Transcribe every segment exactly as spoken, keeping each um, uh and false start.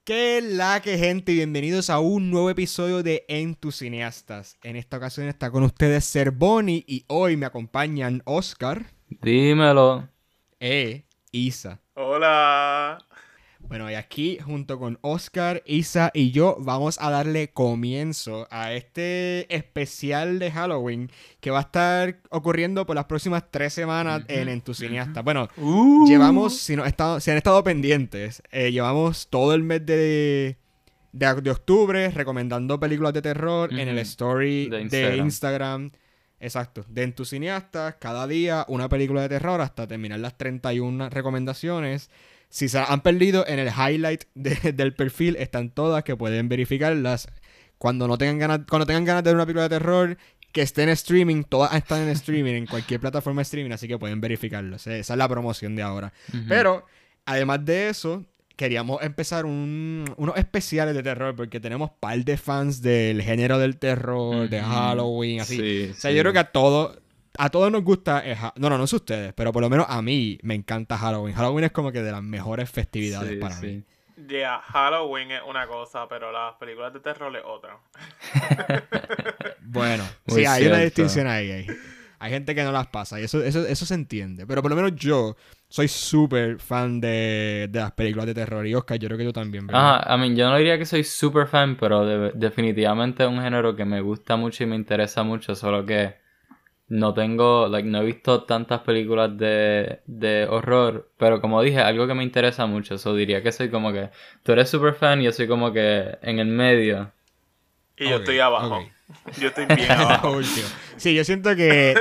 ¿Qué la que gente? Bienvenidos a un nuevo episodio de En tus cineastas. En esta ocasión está con ustedes Serboni y hoy me acompañan Oscar. Dímelo. E Isa. Hola. Bueno, y aquí junto con Oscar, Isa y yo vamos a darle comienzo a este especial de Halloween que va a estar ocurriendo por las próximas tres semanas uh-huh, en En tus cineastas. Bueno, uh. llevamos, si, no, estado, si han estado pendientes, eh, llevamos todo el mes de, de, de octubre recomendando películas de terror uh-huh. en el story de Instagram. de Instagram. Exacto, de En tus cineastas, cada día una película de terror hasta terminar las treinta y una recomendaciones. Si se han perdido en el highlight de, del perfil, están todas que pueden verificarlas. Cuando no tengan ganas, cuando tengan ganas de ver una película de terror que esté en streaming, todas están en streaming, en cualquier plataforma de streaming, así que pueden verificarlo. Esa es la promoción de ahora. Uh-huh. Pero, además de eso, queríamos empezar un, unos especiales de terror, porque tenemos par de fans del género del terror, uh-huh. de Halloween, así. Sí, o sea, sí. Yo creo que a todos... A todos nos gusta... Eh, no, no, no sé ustedes, pero por lo menos a mí me encanta Halloween. Halloween es como que de las mejores festividades sí, para sí. mí. Ya, yeah, Halloween es una cosa, pero las películas de terror es otra. Bueno, muy sí, hay cierto. Una distinción ahí, ahí. Hay gente que no las pasa y eso, eso, eso se entiende. Pero por lo menos yo soy súper fan de, de las películas de terror. Y Oscar, yo creo que tú también, ¿verdad? Ajá, I mean, yo no diría que soy súper fan, pero de, definitivamente es un género que me gusta mucho y me interesa mucho, solo que no tengo, like, no he visto tantas películas de, de horror, pero como dije, algo que me interesa mucho, eso diría que soy como que, tú eres super fan y yo soy como que en el medio. Y yo okay, estoy abajo. Okay. Yo estoy bien abajo. Sí, yo siento que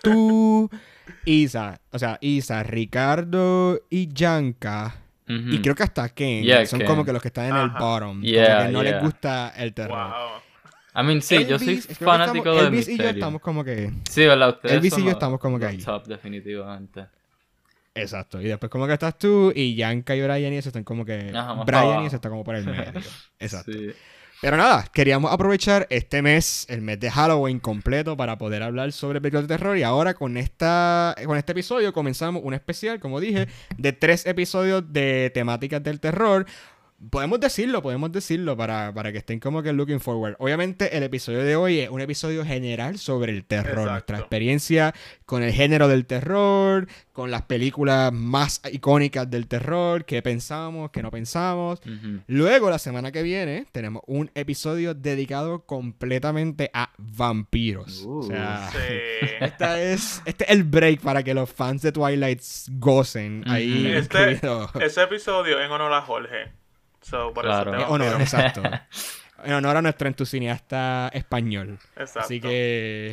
tú, Isa, o sea, Isa, Ricardo y Yanka, uh-huh. y creo que hasta Ken, yeah, son Ken. Como que los que están en Ajá. el bottom, yeah, como que no yeah. les gusta el terror. Wow. I mean, sí, Elvis, yo soy fanático del Elvis misterio. y yo estamos como que... Sí, ¿verdad? Ustedes Elvis son y yo estamos como que ahí. Top, definitivamente. Exacto. Y después como que estás tú y Yanka y Brian y eso están como que... Ajá, Brian y eso está como por el medio. Exacto. Sí. Pero nada, queríamos aprovechar este mes, el mes de Halloween completo, para poder hablar sobre películas de terror. Y ahora con esta con este episodio comenzamos un especial, como dije, de tres episodios de temáticas del terror. Podemos decirlo, podemos decirlo para, para que estén como que looking forward. Obviamente el episodio de hoy es un episodio general sobre el terror. Exacto. Nuestra experiencia con el género del terror, con las películas más icónicas del terror, qué pensamos, qué no pensamos. Uh-huh. Luego, la semana que viene, tenemos un episodio dedicado completamente a vampiros. Uh, o sea, sí. esta es, este es el break para que los fans de Twilight gocen. Uh-huh. Ahí este, ese episodio en honor a Jorge. So, por claro. eso en honor, exacto. En honor a nuestro entusiasta español. Exacto. Así que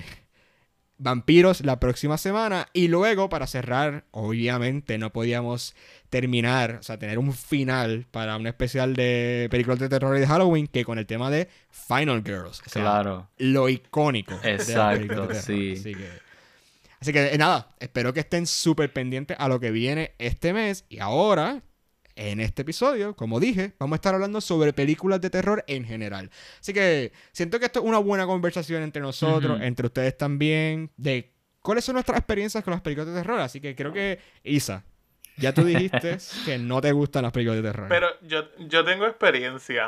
vampiros la próxima semana. Y luego, para cerrar, obviamente no podíamos terminar, o sea, tener un final para un especial de películas de terror y de Halloween que con el tema de Final Girls. O sea, claro. Lo icónico. Exacto, de las películas de terror. Sí. Así que, así que nada, espero que estén súper pendientes a lo que viene este mes. Y ahora... En este episodio, como dije, vamos a estar hablando sobre películas de terror en general. Así que siento que esto es una buena conversación entre nosotros, uh-huh. entre ustedes también, de cuáles son nuestras experiencias con las películas de terror. Así que creo que, Isa, ya tú dijiste que no te gustan las películas de terror. Pero yo, yo tengo experiencia.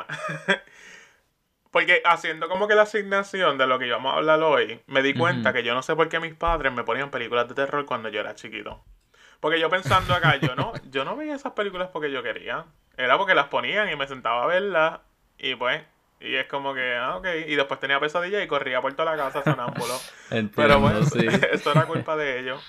Porque haciendo como que la asignación de lo que íbamos a hablar hoy, me di cuenta uh-huh. que yo no sé por qué mis padres me ponían películas de terror cuando yo era chiquito. Porque yo pensando acá, yo no, yo no veía esas películas porque yo quería. Era porque las ponían y me sentaba a verlas. Y pues, y es como que, ah, ok. Y después tenía pesadilla y corría por toda la casa sonámbulo. Entiendo, pero bueno, sí. esto era culpa de ellos.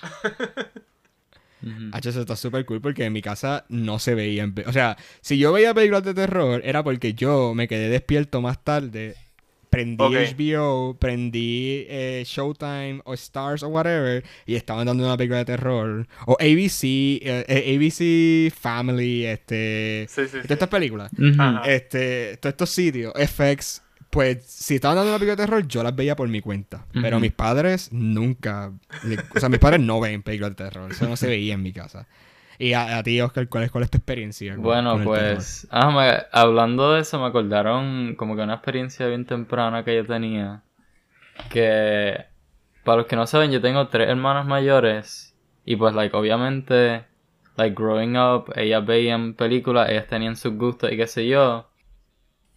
Uh-huh. Eso está súper cool porque en mi casa no se veían. O sea, si yo veía películas de terror, era porque yo me quedé despierto más tarde. Prendí okay. H B O, prendí eh, Showtime o Stars o whatever y estaban dando una película de terror. O A B C, eh, A B C Family, este... Sí, sí, todas sí. estas películas. Uh-huh. Este, todos estos sitios, F X, pues si estaban dando una película de terror, yo las veía por mi cuenta. Uh-huh. Pero mis padres nunca... O sea, mis padres no ven películas de terror. Eso no se veía en mi casa. Y a, a ti, Oscar, ¿cuál es, cuál es tu experiencia? Bueno, con pues, ah, me, hablando de eso, me acordaron como que una experiencia bien temprana que yo tenía. Que, para los que no saben, yo tengo tres hermanas mayores. Y pues, like, obviamente, like, growing up, ellas veían películas, ellas tenían sus gustos y qué sé yo.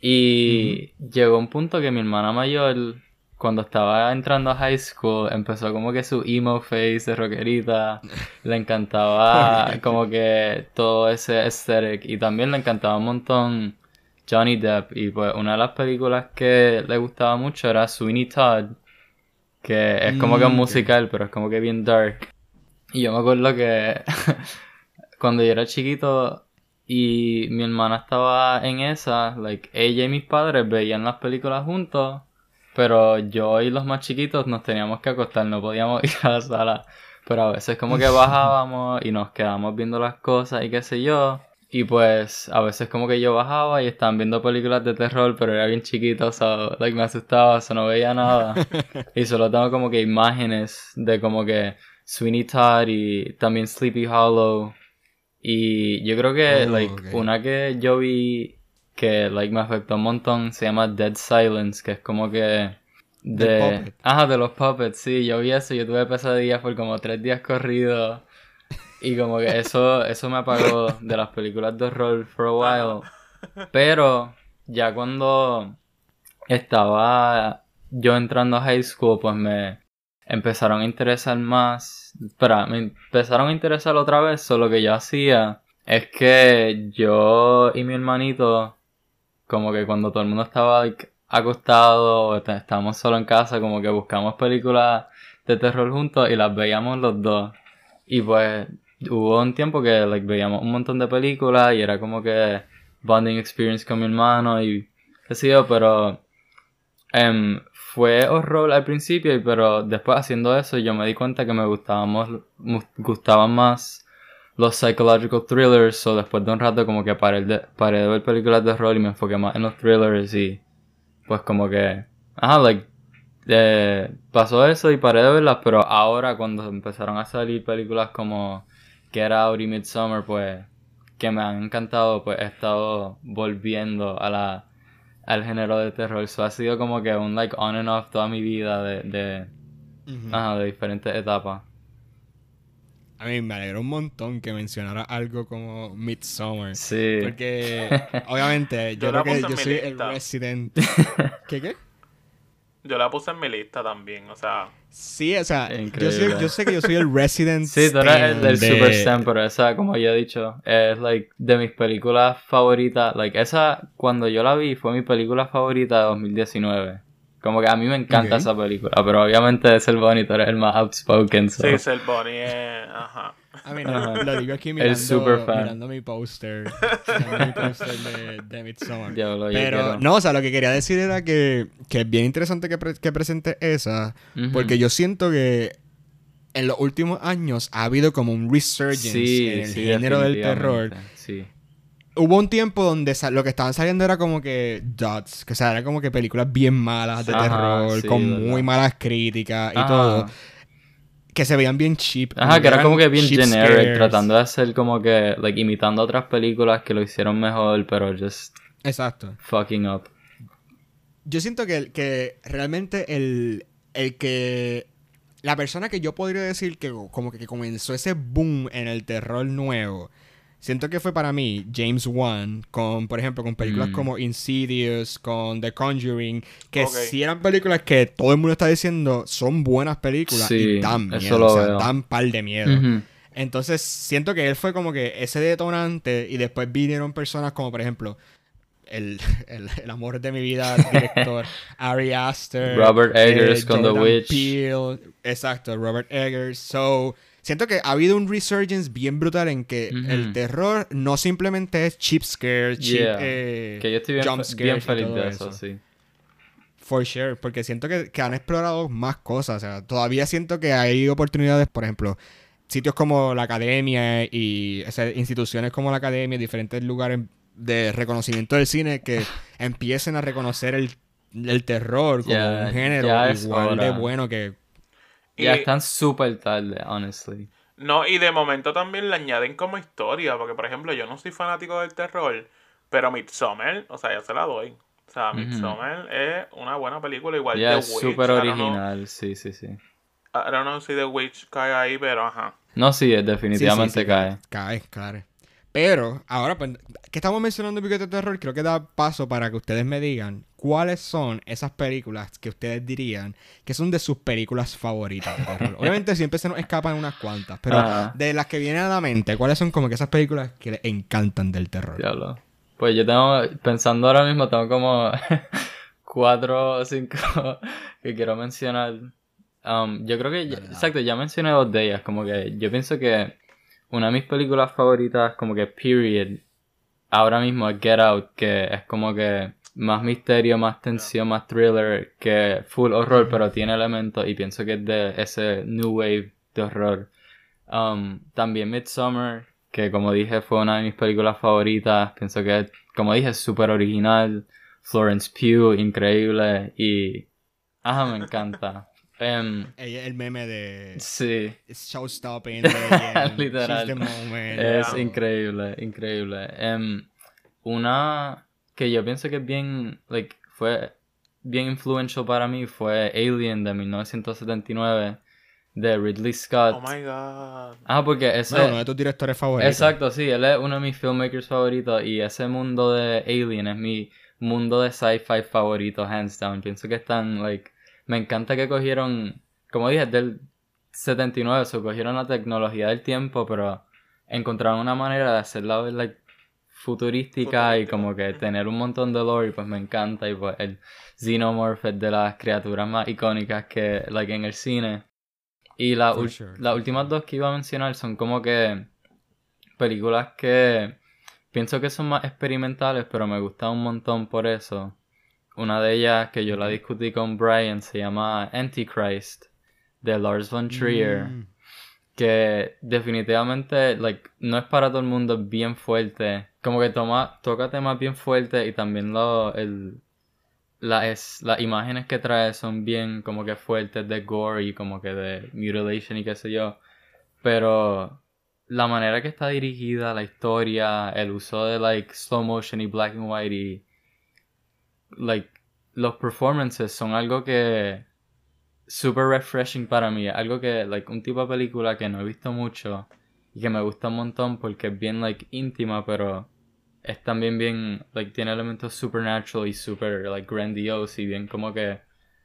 Y uh-huh. llegó un punto que mi hermana mayor, cuando estaba entrando a high school, empezó como que su emo face de rockerita. Le encantaba como que todo ese aesthetic. Y también le encantaba un montón Johnny Depp. Y pues una de las películas que le gustaba mucho era Sweeney Todd. Que es como mm, que un musical, okay. pero es como que bien dark. Y yo me acuerdo que cuando yo era chiquito y mi hermana estaba en esa, like, ella y mis padres veían las películas juntos, pero yo y los más chiquitos nos teníamos que acostar, no podíamos ir a la sala. Pero a veces como que bajábamos y nos quedábamos viendo las cosas y qué sé yo. Y pues a veces como que yo bajaba y estaban viendo películas de terror, pero era bien chiquito, o so, like, me asustaba, o so, no veía nada. Y solo tengo como que imágenes de como que Sweeney Todd y también Sleepy Hollow. Y yo creo que, oh, like, okay. una que yo vi que, like, me afectó un montón se llama Dead Silence, que es como que de... Ajá, de los puppets, sí, yo vi eso, yo tuve pesadillas por como tres días corridos. Y como que eso, eso me apagó de las películas de horror for a while. Pero ya cuando estaba yo entrando a high school, pues me empezaron a interesar más. Espera, me empezaron a interesar otra vez. Solo que yo hacía es que yo y mi hermanito, como que cuando todo el mundo estaba like, acostado, o estábamos solo en casa, como que buscamos películas de terror juntos y las veíamos los dos. Y pues hubo un tiempo que like, veíamos un montón de películas y era como que bonding experience con mi hermano y qué sé yo, pero um, fue horror al principio, pero después haciendo eso yo me di cuenta que me gustaban, me gustaban más los psychological thrillers, o después de un rato como que paré de, paré de ver películas de horror y me enfoqué más en los thrillers y pues como que, ajá, like, eh, pasó eso y paré de verlas, pero ahora cuando empezaron a salir películas como Get Out y Midsommar, pues, que me han encantado, pues he estado volviendo a la al género de terror. Eso ha sido como que un like on and off toda mi vida de, de, uh-huh. ajá, de diferentes etapas. A mí me alegró un montón que mencionara algo como Midsommar. Sí. Porque, obviamente, yo, yo creo que yo soy lista. El resident. ¿Qué qué? Yo la puse en mi lista también, o sea... Sí, o sea, yo, soy, yo sé que yo soy el resident sí, tú eres el, el de... super stan, pero esa, como ya he dicho, es, like, de mis películas favoritas. Like, esa, cuando yo la vi, fue mi película favorita de dos mil diecinueve. Como que a mí me encanta okay. esa película, pero obviamente es el Bonnie, tú eres el más outspoken. So. Sí, es el Bonnie, eh, ajá. A mí no, lo digo aquí mirando, mirando mi póster. mi póster de, de Midsommar. Diablo, pero no, o sea, lo que quería decir era que, que es bien interesante que, pre- que presente esa, uh-huh. porque yo siento que en los últimos años ha habido como un resurgence sí, en el sí, género del terror. Sí. Hubo un tiempo donde sa- lo que estaban saliendo era como que dots, que o sea, era como que películas bien malas de Ajá, terror, sí, con verdad. Muy malas críticas y Ajá. todo. Que se veían bien cheap. Ajá, que era como que bien generic, scares. Tratando de hacer como que, like, imitando otras películas que lo hicieron mejor, pero just... Exacto. Fucking up. Yo siento que, que realmente el, el que... La persona que yo podría decir que como que comenzó ese boom en el terror nuevo... Siento que fue para mí James Wan, con, por ejemplo, con películas mm. como Insidious, con The Conjuring, que okay. sí eran películas que todo el mundo está diciendo son buenas películas sí, y dan miedo, o sea, veo. Dan par de miedo. Uh-huh. Entonces, siento que él fue como que ese detonante y después vinieron personas como, por ejemplo, el, el, el amor de mi vida, director Ari Aster, Robert Eggers eh, con The Witch. Peele, exacto, Robert Eggers. So... Siento que ha habido un resurgence bien brutal en que uh-huh. el terror no simplemente es cheap scares, cheap yeah. eh, que yo estoy bien, jump scares bien feliz y todo de eso, eso. Sí. For sure, porque siento que, que han explorado más cosas. O sea, todavía siento que hay oportunidades, por ejemplo, sitios como la academia y o sea, instituciones como la academia, diferentes lugares de reconocimiento del cine que empiecen a reconocer el, el terror como yeah, un género igual de bueno que... Ya y... están súper tarde, honestly. No, y de momento también le añaden como historia, porque por ejemplo yo no soy fanático del terror, pero Midsommar, o sea, yo se la doy. O sea, uh-huh. Midsommar es una buena película igual yeah, de Witch. Es súper original, know, sí, sí, sí. I don't know si The Witch cae ahí, pero ajá. No, sí, definitivamente sí, sí, sí, cae. Cae, claro. Pero, ahora, pues, que estamos mencionando películas de terror, creo que da paso para que ustedes me digan cuáles son esas películas que ustedes dirían que son de sus películas favoritas de terror. Obviamente siempre se nos escapan unas cuantas, pero Ajá. de las que vienen a la mente, ¿cuáles son como que esas películas que les encantan del terror? Diablo. Pues yo tengo, pensando ahora mismo, tengo como cuatro o cinco que quiero mencionar. Um, yo creo que, ya- ¿Verdad? exacto, ya mencioné dos de ellas. Como que yo pienso que una de mis películas favoritas, como que period, ahora mismo es Get Out, que es como que más misterio, más tensión, más thriller que full horror, pero tiene elementos y pienso que es de ese new wave de horror. Um, también Midsommar, que como dije fue una de mis películas favoritas. Pienso que, como dije, es súper original. Florence Pugh, increíble. Y... Ajá, me encanta. Em, El, el meme de sí, It's showstopping, legend, literal. she's the moment. Es todo. increíble, increíble. Em, una que yo pienso que es bien, like, fue bien influential para mí fue Alien de mil novecientos setenta y nueve de Ridley Scott. Oh my god. Ah, porque ese... Bueno, uno de tus directores favoritos. Exacto, sí, él es uno de mis filmmakers favoritos y ese mundo de Alien es mi mundo de sci-fi favorito, hands down. Pienso que están, like, me encanta que cogieron, como dije, es del setenta y nueve, so cogieron la tecnología del tiempo, pero encontraron una manera de hacerla, like, futurística y Futurística. como que tener un montón de lore y pues me encanta y pues el Xenomorph es de las criaturas más icónicas que, like, en el cine. Y la For ul- sure, las for últimas dos que iba a mencionar son como que películas que pienso que son más experimentales, pero me gustan un montón por eso. Una de ellas que yo la discutí con Brian se llama Antichrist, de Lars von Trier, Mm. que definitivamente, like, no es para todo el mundo, es bien fuerte. Como que toma, toca temas bien fuertes y también lo, el, la es, las imágenes que trae son bien como que fuertes de gore y como que de mutilation y qué sé yo. Pero la manera que está dirigida, la historia, el uso de like slow motion y black and white y like los performances son algo que super refreshing para mí, algo que like un tipo de película que no he visto mucho y que me gusta un montón porque es bien like íntima, pero es también bien like tiene elementos supernatural y super like grandiose y bien como que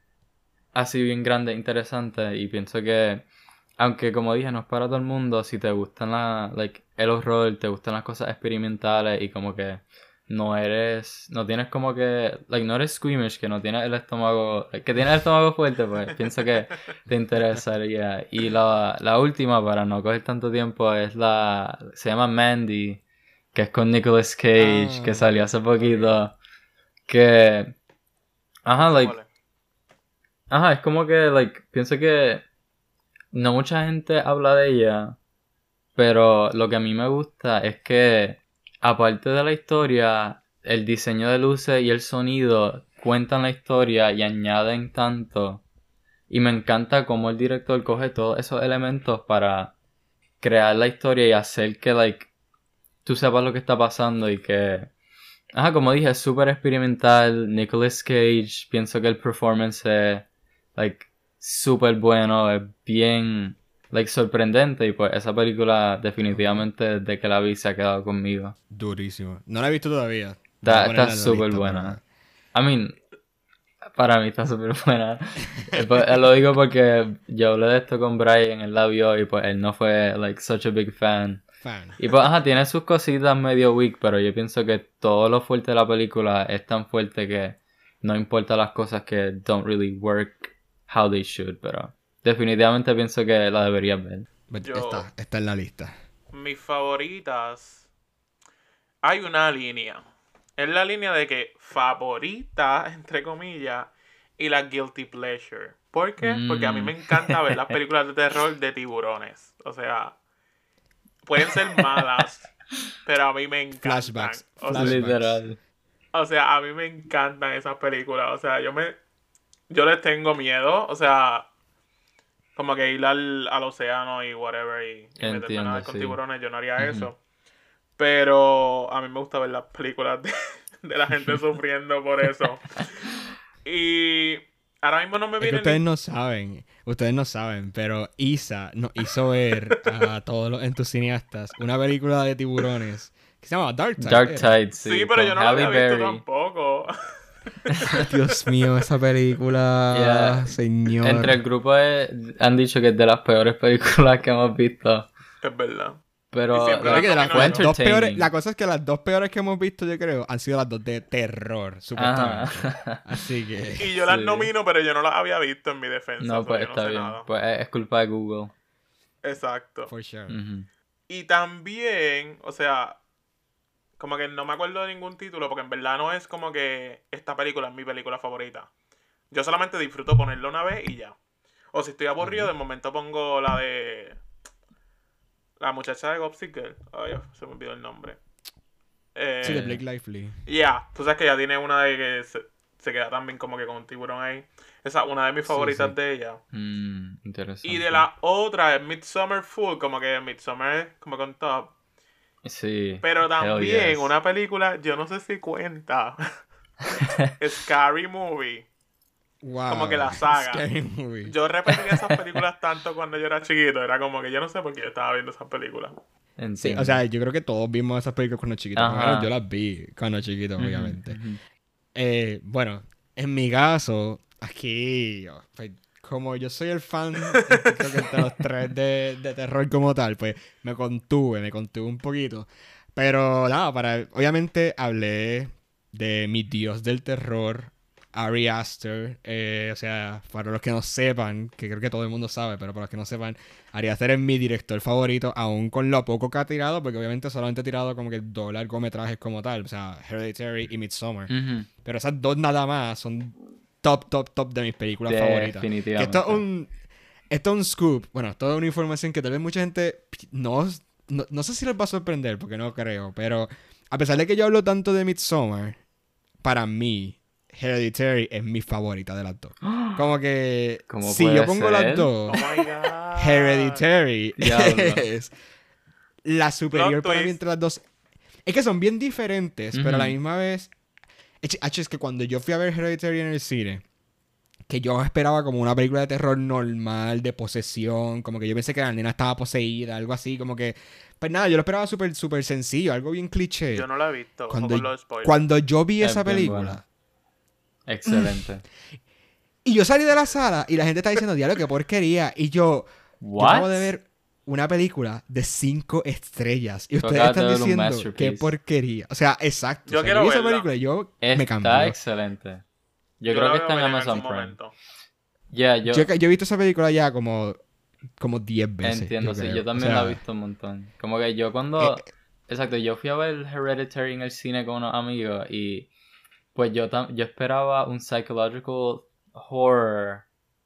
así bien grande, interesante y pienso que aunque como dije no es para todo el mundo, si te gustan la like el horror, te gustan las cosas experimentales y como que no eres, no tienes como que, like, no eres squeamish, que no tienes el estómago, que tienes el estómago fuerte, pues pienso que te interesaría. Y la, la última, para no coger tanto tiempo, es la, se llama Mandy, que es con Nicolas Cage, Ah, que salió hace poquito, que, ajá, like, Ole. ajá, es como que, like, pienso que no mucha gente habla de ella, pero lo que a mí me gusta es que aparte de la historia, el diseño de luces y el sonido cuentan la historia y añaden tanto. Y me encanta cómo el director coge todos esos elementos para crear la historia y hacer que, like, tú sepas lo que está pasando y que... Ajá, como dije, es súper experimental. Nicolas Cage, pienso que el performance es, like, súper bueno, es bien... like, sorprendente y pues esa película definitivamente desde que la vi se ha quedado conmigo. Durísimo. No la he visto todavía. Voy a Está ponerla está en la súper lista, buena. I mean, para mí está súper buena. Eh, pues, eh, lo digo porque yo hablé de esto con Brian, él la vio y pues él no fue like such a big fan. pero fan. Y pues ajá, tiene sus cositas medio weak, pero yo pienso que todo lo fuerte de la película es tan fuerte que no importa las cosas que don't really work how they should, pero definitivamente pienso que la deberías ver. But Yo- Está, está en la lista. Mis favoritas. Hay una línea. Es la línea de que favorita, entre comillas, y la guilty pleasure. ¿Por qué? Porque a mí Mm. me encanta ver las películas de terror de tiburones. O sea, pueden ser malas, pero a mí me encantan. Flashbacks. O sea, Flashbacks. Literal. o sea, a mí me encantan esas películas. O sea, yo me... Yo les tengo miedo. O sea, como que ir al, al océano y whatever y, y meterme a Entiendo, nadar con sí. tiburones, yo no haría Ujú. eso. Pero a mí me gusta ver las películas de, de la gente sufriendo por eso. Y ahora mismo no me Es que viene ustedes ni... no saben, ustedes no saben, pero Isa nos hizo ver a todos los entusiastas una película de tiburones que se llama Dark Tide. Dark era. Tide, sí. Sí, pero con yo no la Halle había visto Berry. tampoco. Dios mío, esa película, Yeah. señor. Entre el grupo es- han dicho que es de las peores películas que hemos visto. Es verdad. Pero Y siempre Creo que de las Fue las dos entertaining. peores, la cosa es que las dos peores que hemos visto, yo creo, han sido las dos de terror, supuestamente. Ajá. Así que... Y yo las Sí. nomino, pero yo no las había visto en mi defensa. No, so pues yo no está sé bien. nada. Pues es, es culpa de Google. Exacto. For sure. Ujú. Y también, o sea, como que no me acuerdo de ningún título, porque en verdad no es como que esta película es mi película favorita. Yo solamente disfruto ponerla una vez y ya. O si estoy aburrido, de momento pongo la de... La muchacha de Gossip Girl. Ay, se me olvidó el nombre. Eh, Sí, de Blake Lively. Ya, tú sabes que ella tiene una de que se, se queda también como que con un tiburón ahí. Esa es una de mis Sí, favoritas sí. de ella. Mm, interesante. Y de la otra es Midsommar Full, como que Midsommar es como con top. Sí. Pero Hell también yes. una película, yo no sé si cuenta. Scary Movie. Wow. Como que la saga. Scary movie. Yo repetía esas películas tanto cuando yo era chiquito. Era como que yo no sé por qué yo estaba viendo esas películas. Sí, Entiendo. o sea, yo creo que todos vimos esas películas cuando chiquitos. Por lo menos Ajá. yo las vi cuando chiquito, Ujú, obviamente. ujú. Eh, bueno, en mi caso, aquí, oh, pues, como yo soy el fan, creo que entre los tres de, de terror como tal, pues me contuve, me contuve un poquito. Pero nada, para, obviamente hablé de mi dios del terror, Ari Aster. Eh, o sea, para los que no sepan, que creo que todo el mundo sabe, pero para los que no sepan, Ari Aster es mi director favorito, aún con lo poco que ha tirado, porque obviamente solamente ha tirado como que dos largometrajes como tal, o sea, Hereditary y Midsommar. Ujú. Pero esas dos nada más son top, top, top de mis películas favoritas. Que Definitivamente. esto es un, esto es un scoop, bueno, toda una información que tal vez mucha gente no, no, no sé si les va a sorprender, porque no creo, pero a pesar de que yo hablo tanto de Midsommar, para mí, Hereditary es mi favorita de las dos. Como que ¿Cómo si puede yo pongo las ser? dos, Oh my god. Hereditary Diablo. es la superior Plot para mí twist. entre las dos. Es que son bien diferentes, pero a la Ujú. misma vez... Ech- ach, es que cuando yo fui a ver Hereditary en el cine, que yo esperaba como una película de terror normal, de posesión, como que yo pensé que la nena estaba poseída, algo así, como que... Pues nada, yo lo esperaba súper, súper sencillo, algo bien cliché. Yo no la he visto. Ojo Cuando, con los spoilers. cuando yo vi Es esa bien película... buena. Excelente. Y yo salí de la sala y la gente está diciendo, diablo, qué porquería. Y yo, yo What? acabo de ver una película de cinco estrellas. Y Tú ustedes acabas de están ver un diciendo, masterpiece. qué porquería. O sea, exacto. Yo O sea, quiero vi esa verla. película y yo me Está cambió. excelente. Yo, Yo creo la que voy a está en ver Amazon algún Prime. momento. Yeah, yo, Yo, yo he visto esa película ya como como diez veces. entiendo, sí, creo. yo también O sea, la he visto un montón. Como que yo cuando... Eh, Exacto, yo fui a ver Hereditary en el cine con unos amigos y pues yo, tam- yo esperaba un psychological horror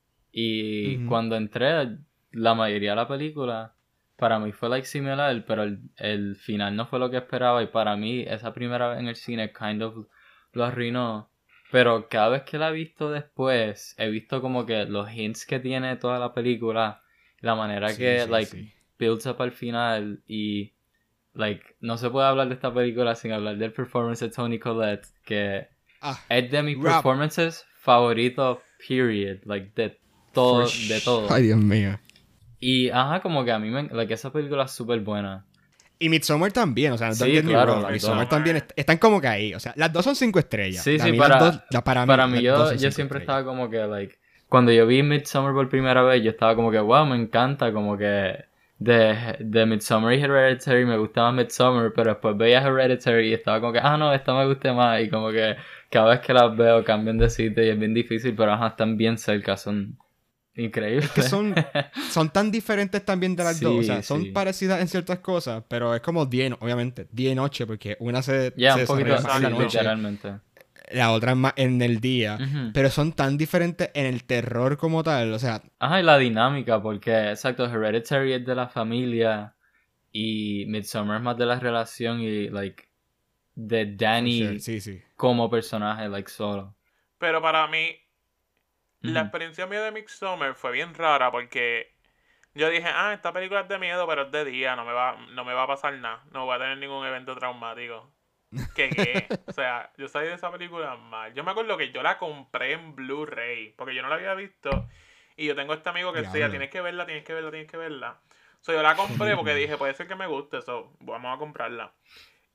y Ujú. cuando entré, la mayoría de la película para mí fue like similar, pero el, el final no fue lo que esperaba y para mí esa primera vez en el cine kind of lo arruinó. Pero cada vez que la he visto después, he visto como que los hints que tiene toda la película, la manera Sí, que sí, like sí. builds up al final y like no se puede hablar de esta película sin hablar del performance de Toni Collette, que ah, es de mis Rap. performances favoritos, period, like de todo, for de sh- todo. Ay, Dios mío. Y ajá, como que a mí me, like esa película es súper buena. Y Midsommar también, o sea, no Sí, don't get me claro, wrong, las Midsommar dos. también est- están como que ahí, o sea, las dos son cinco estrellas. Sí, A sí, mí para, las dos, la- para mí, para mí las yo, dos son yo cinco siempre estrellas. estaba como que, like, cuando yo vi Midsommar por primera vez, yo estaba como que, wow, me encanta, como que de, de Midsommar y Hereditary me gustaba Midsommar, pero después veía Hereditary y estaba como que, ah, no, esta me gusta más, y como que cada vez que las veo cambian de sitio y es bien difícil, pero ajá, están bien cerca, son increíbles. Es que son, son tan diferentes también de las Sí, dos. O sea, son sí. parecidas en ciertas cosas, pero es como día, y no- obviamente, día y noche, porque una se, Ya, se un poquito, desarrolla más en la sí, noche, literalmente. la otra es más en el día. Ujú. Pero son tan diferentes en el terror como tal. O sea, Ajá, y la dinámica, porque, exacto, Hereditary es de la familia y Midsommar es más de la relación y, like, de for Danny sure, sí, sí. como personaje, like, solo. Pero para mí, la Ujú. experiencia mía de Midsommar fue bien rara porque yo dije, ah, esta película es de miedo, pero es de día, no me va, no me va a pasar nada, no voy a tener ningún evento traumático. ¿Qué qué? O sea, yo salí de esa película mal. Yo me acuerdo que yo la compré en Blu-ray, porque yo no la había visto. Y yo tengo este amigo que decía, Diablo. tienes que verla, tienes que verla, tienes que verla. So, yo la compré porque dije, puede ser que me guste, so, vamos a comprarla.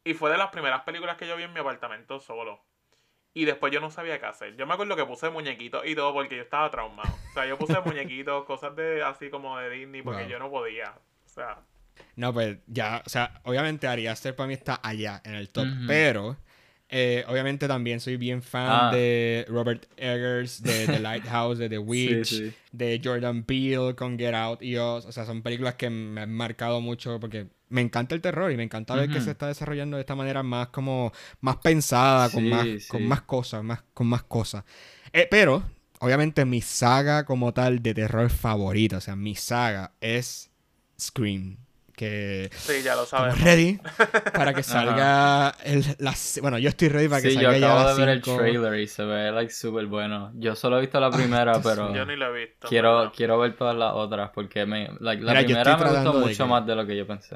Y fue de las primeras películas que yo vi en mi apartamento solo. Y después yo no sabía qué hacer. Yo me acuerdo que puse muñequitos y todo porque yo estaba traumado. O sea, yo puse muñequitos, cosas de así como de Disney porque Wow. yo no podía. O sea, No, pues ya, o sea, obviamente Ari Aster para mí está allá en el top, Ujú. pero eh, obviamente también soy bien fan Ah. de Robert Eggers, de The Lighthouse, de The Witch, Sí, sí. de Jordan Peele con Get Out y Us. O sea, son películas que me han marcado mucho porque me encanta el terror y me encanta ver que Ujú. se está desarrollando de esta manera más como, más pensada, con Sí, más, sí. con más cosas, más, con más cosas. Eh, pero, obviamente mi saga como tal de terror favorita, o sea, mi saga es Scream. Que sí, ya lo estamos sabemos. ready para que salga el, las, bueno, yo estoy ready para que Sí, yo salga ya acabo las de ver el cinco. trailer y se ve like súper bueno. Yo solo he visto la primera, Dios pero Yo ni lo he visto. quiero, ¿verdad? quiero ver todas las otras porque me, like, la Mira, yo primera estoy me gustó tratando de mucho que- más de lo que yo pensé.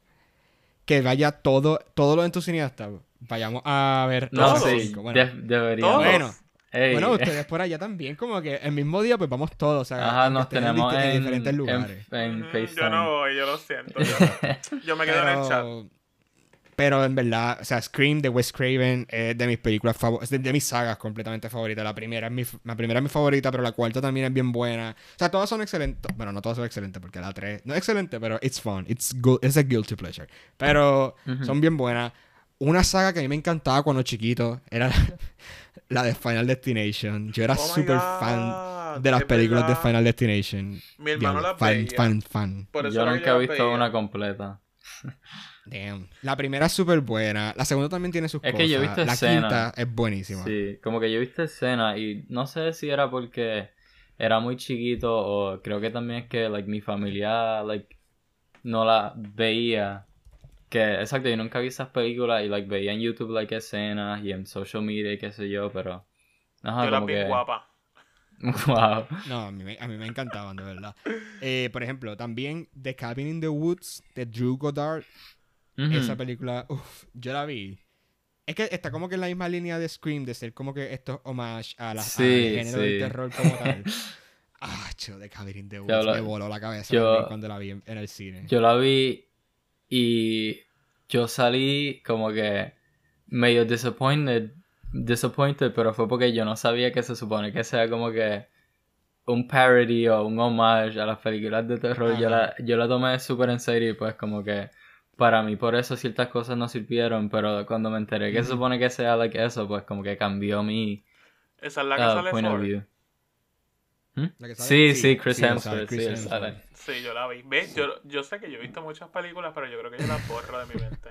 Que vaya todo, todos los entusiastas. Vayamos a ver No, las Todos. sí, cinco. Bueno, de- deberíamos. Todos. bueno, Ey. bueno, ustedes por allá también, como que el mismo día, pues vamos todos. O sea, Ajá, aunque nos estén en tenemos disti- en, en, diferentes en, lugares. en Ujú, FaceTime. yo no voy, yo lo siento. Yo, yo me quedo en el chat. Pero, pero en verdad, o sea, Scream de Wes Craven es de mis películas favoritas, de, de mis sagas completamente favoritas. La primera es mi, la primera es mi favorita, pero la cuarta también es bien buena. O sea, todas son excelentes. Bueno, no todas son excelentes, porque la tres no es excelente, pero it's fun. It's, gu- it's a guilty pleasure. Pero Ujú. son bien buenas. Una saga que a mí me encantaba cuando chiquito era la de Final Destination. Yo era Oh my súper God, fan de las es películas de verdad. Final Destination. Mi hermano Diablo, las fan, veía. fan, fan. Por eso Yo era que nunca he las visto veía. una completa. Damn. La primera es súper buena. La segunda también tiene sus Es cosas. que yo he visto La escenas. quinta es buenísima. Sí, como que yo he visto escenas y no sé si era porque era muy chiquito o creo que también es que like mi familia like no la veía. Que exacto, yo nunca vi esas películas y like veía en YouTube like escenas y en social media y qué sé yo, pero ajá, Yo las como vi que guapa. wow. No, a mí, me- a mí me encantaban, de verdad. Eh, por ejemplo, también The Cabin in the Woods de Drew Goddard. Ujú. Esa película, uff, yo la vi. Es que está como que en la misma línea de Scream, de ser como que estos homage a la, Sí, al género del sí. terror como tal. Ah, chido, The Cabin in the Woods. Yo lo- me voló la cabeza yo- también cuando la vi en, en el cine. Yo la vi y yo salí como que medio disappointed, disappointed, pero fue porque yo no sabía que se supone que sea como que un parody o un homage a las películas de terror. Yo la, yo la tomé súper en serio y pues como que para mí por eso ciertas cosas no sirvieron, pero cuando me enteré que se Ujú. supone que sea like eso, pues como que cambió mi Esa es la que uh, sale point of Thor. view. ¿Mm? ¿La que sale? Sí, Sí, sí, Chris sí, él Hemsworth, sale, Chris sí, él Hemsworth. sale. Sí, yo la vi. ¿Ves? Yo, yo sé que yo he visto muchas películas, pero yo creo que yo las borro de mi mente.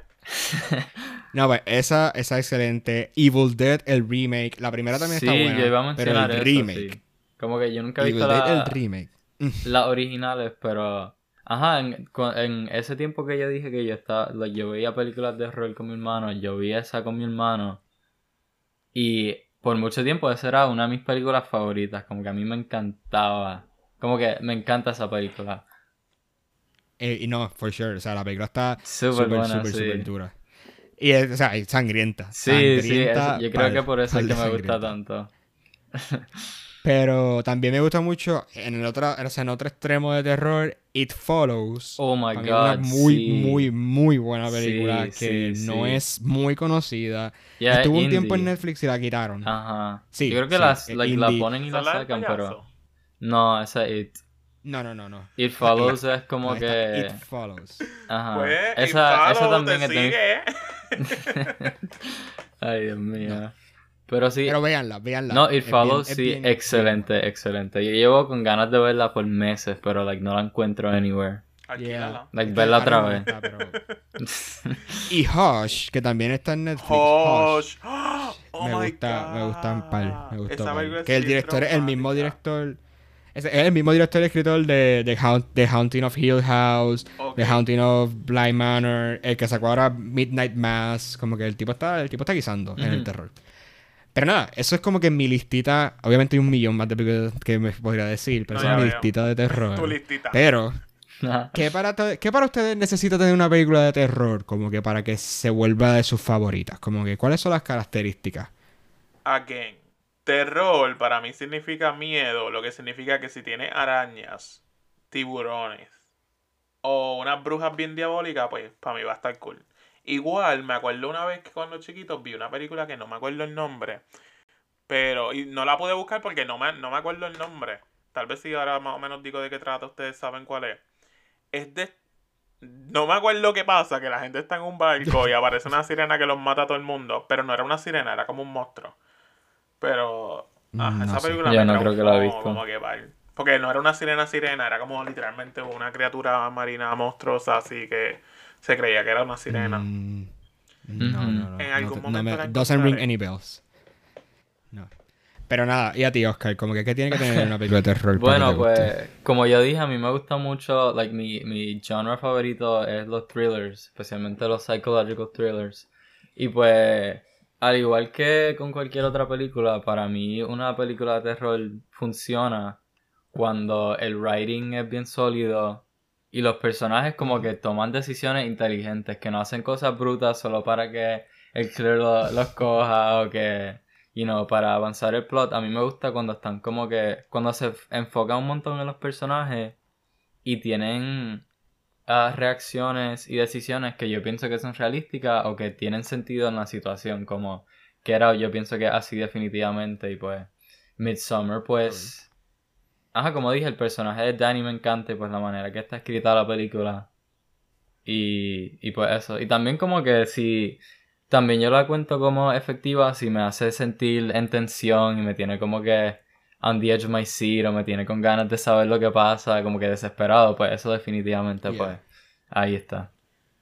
No, pues esa, esa es excelente. Evil Dead, el remake. La primera también Sí, está buena. yo iba a pero mencionar el eso, remake. sí. Como que yo nunca he Evil visto Dead, el la, remake. las originales, pero... Ajá, en, cu- en ese tiempo que yo dije que yo estaba... like, yo veía películas de horror con mi hermano, yo vi esa con mi hermano. Y por mucho tiempo esa era una de mis películas favoritas. Como que a mí me encantaba. Como que me encanta esa película. Eh, y no, for sure. O sea, la película está Súper súper, buena, súper, sí. súper dura. Y es, o sea, es sangrienta. Sí, sí, sangrienta, eso- yo creo pal- que por eso pal es de que me gusta sangrienta. tanto. Pero también me gusta mucho, en el otro, o sea, en otro extremo de terror, It Follows. Oh my Para mí es una god, muy, sí. muy, muy buena película Sí, que sí, no sí. es muy conocida. Ya es Estuvo un tiempo en indie. Netflix y la quitaron. Ajá. Sí, Yo creo que sí, las, es like, la indie. ponen y ¿Esa la es la del sacan, pero... payaso? No, esa es It. No, no, no, no. It La- Follows la- es como la esta, It que... Follows. Ajá. Pues, esa, y esa follow, también te es de mi... sigue, ¿eh? Ay, Dios mío. No. Pero sí... Pero véanla, véanla. No, It Es bien- Follows es sí, bien- excelente, excelente. Yo llevo con ganas de verla por meses, pero like no la encuentro anywhere. Alquílala. Like, Es que verla ahora otra mismo vez. no está, pero- Y Hush, que también está en Netflix. Hush. Hush. Oh me my gusta, God. me gusta un par, me gustó Esa par. película Que el sí director es el mismo traumática. director, es, es el mismo director y escritor de, de, Haunt- de Haunting of Hill House, Ok. de Haunting of Bly Manor, el que sacó ahora Midnight Mass, como que el tipo está, el tipo está guisando en el Ujú. terror. Pero nada, eso es como que en mi listita, obviamente hay un millón más de películas que me podría decir, pero No, esa es ya mi veo. listita de terror. Tu listita. Pero, Ajá. ¿qué para, to- ¿qué para ustedes necesita tener una película de terror? Como que para que se vuelva de sus favoritas. Como que, ¿cuáles son las características? Again. Terror para mí significa miedo, lo que significa que si tiene arañas, tiburones o unas brujas bien diabólicas, pues para mí va a estar cool. Igual, me acuerdo una vez que cuando chiquito vi una película que no me acuerdo el nombre, pero y no la pude buscar porque no me, no me acuerdo el nombre. Tal vez si ahora más o menos digo de qué trata, ustedes saben cuál es. Es de... No me acuerdo qué pasa, que la gente está en un barco y aparece una sirena que los mata a todo el mundo, pero no era una sirena, era como un monstruo. Pero... Ah, No esa sé. película Yo me no creo que la he traumó, visto. como que pal. Porque no era una sirena sirena, era como literalmente una criatura marina monstruosa, así que se creía que era una sirena. Mm, no, Ujú. no, no. En no algún te- no momento me, la doesn't ring encontraré. any bells. No. Pero nada, y a ti, Oscar, como que ¿qué tiene que tener una película de terror para que te Bueno, guste? pues, como yo dije, a mí me gusta mucho, like, mi, mi genre favorito es los thrillers, especialmente los psychological thrillers. Y pues, al igual que con cualquier otra película, para mí una película de terror funciona cuando el writing es bien sólido y los personajes como Ujú. que toman decisiones inteligentes, que no hacen cosas brutas solo para que el killer lo- los coja o que, you know, para avanzar el plot. A mí me gusta cuando están como que, cuando se f- enfoca un montón en los personajes y tienen ah, reacciones y decisiones que yo pienso que son realísticas o que tienen sentido en la situación, como que era, yo pienso que así definitivamente y pues Midsommar pues... Ajá, como dije, el personaje de Danny me encanta y pues la manera que está escrita la película. Y, y pues eso. Y también como que si también yo la cuento como efectiva, si me hace sentir en tensión y me tiene como que on the edge of my seat o me tiene con ganas de saber lo que pasa, como que desesperado, pues eso definitivamente pues Yeah. ahí está.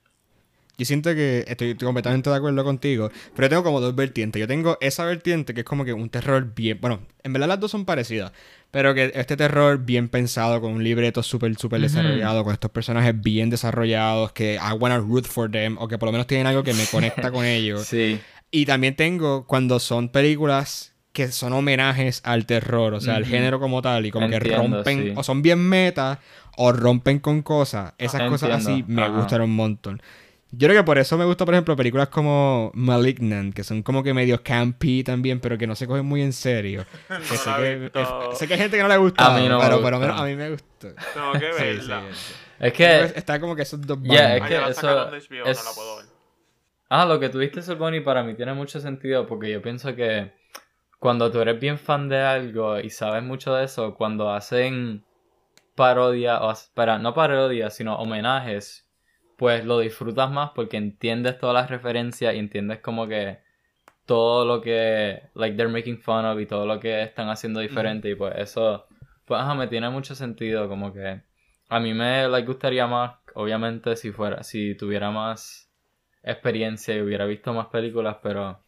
Yo siento que estoy completamente de acuerdo contigo, pero yo tengo como dos vertientes. Yo tengo esa vertiente que es como que un terror bien... Bueno, en verdad las dos son parecidas, pero que este terror bien pensado, con un libreto súper, súper Ujú. desarrollado, con estos personajes bien desarrollados, que I wanna root for them, o que por lo menos tienen algo que me conecta con ellos. Sí. Y también tengo cuando son películas que son homenajes al terror, o sea, al Ujú. género como tal, y como que Entiendo, rompen, o sí. son bien meta, o rompen con cosas. Esas Ajá. cosas así Entiendo, me ajá. gustan un montón. Yo creo que por eso me gusta, por ejemplo, películas como Malignant, que son como que medio campy también, pero que no se cogen muy en serio. Que No sé la he que es- visto. sé que hay gente que no le ha A mí gustado, no me pero por lo menos a gusta. mí me gustó. Tengo que Sí, sí. verla. Es Yo creo que, que está como que esos dos ya, es Ah, bandos. ya que la sacaron eso de H B O, no la puedo ver. es... Ah, lo que tuviste, Bonnie, para mí tiene mucho sentido porque yo pienso que cuando tú eres bien fan de algo y sabes mucho de eso, cuando hacen parodia, o espera, no parodia, sino homenajes, pues lo disfrutas más porque entiendes todas las referencias y entiendes como que todo lo que, like, they're making fun of y todo lo que están haciendo Ujú. diferente y pues eso, pues ajá, me tiene mucho sentido, como que a mí me, like, gustaría más, obviamente, si fuera, si tuviera más experiencia y hubiera visto más películas, pero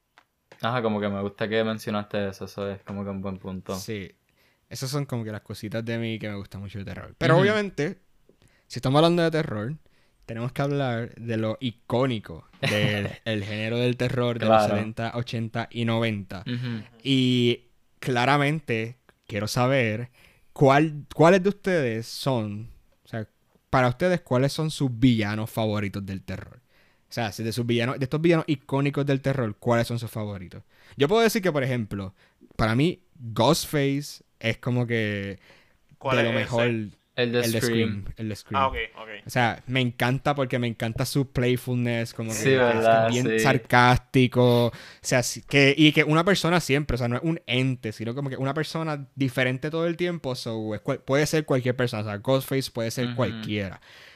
ajá, como que me gusta que mencionaste eso, eso es como que un buen punto. Sí. Esas son como que las cositas de mí que me gusta mucho el terror. Pero Ujú. obviamente, si estamos hablando de terror, tenemos que hablar de lo icónico del el género del terror de los Claro. setenta, ochenta y noventa. Ujú. Ujú. Y claramente quiero saber cuál, cuáles de ustedes son, o sea, para ustedes, cuáles son sus villanos favoritos del terror. O sea, si de sus villanos, de estos villanos icónicos del terror, ¿cuáles son sus favoritos? Yo puedo decir que, por ejemplo, para mí, Ghostface es como que ¿Cuál de lo es mejor, ese? El de el de Scream. Scream, el de Ah, Scream. ok, ok. O sea, me encanta porque me encanta su playfulness, como Sí, que, que es ¿verdad? bien Sí. sarcástico, o sea, sí- que, y que una persona siempre, o sea, no es un ente, sino como que una persona diferente todo el tiempo, so, es cual- puede ser cualquier persona, o sea, Ghostface puede ser Ujú. cualquiera.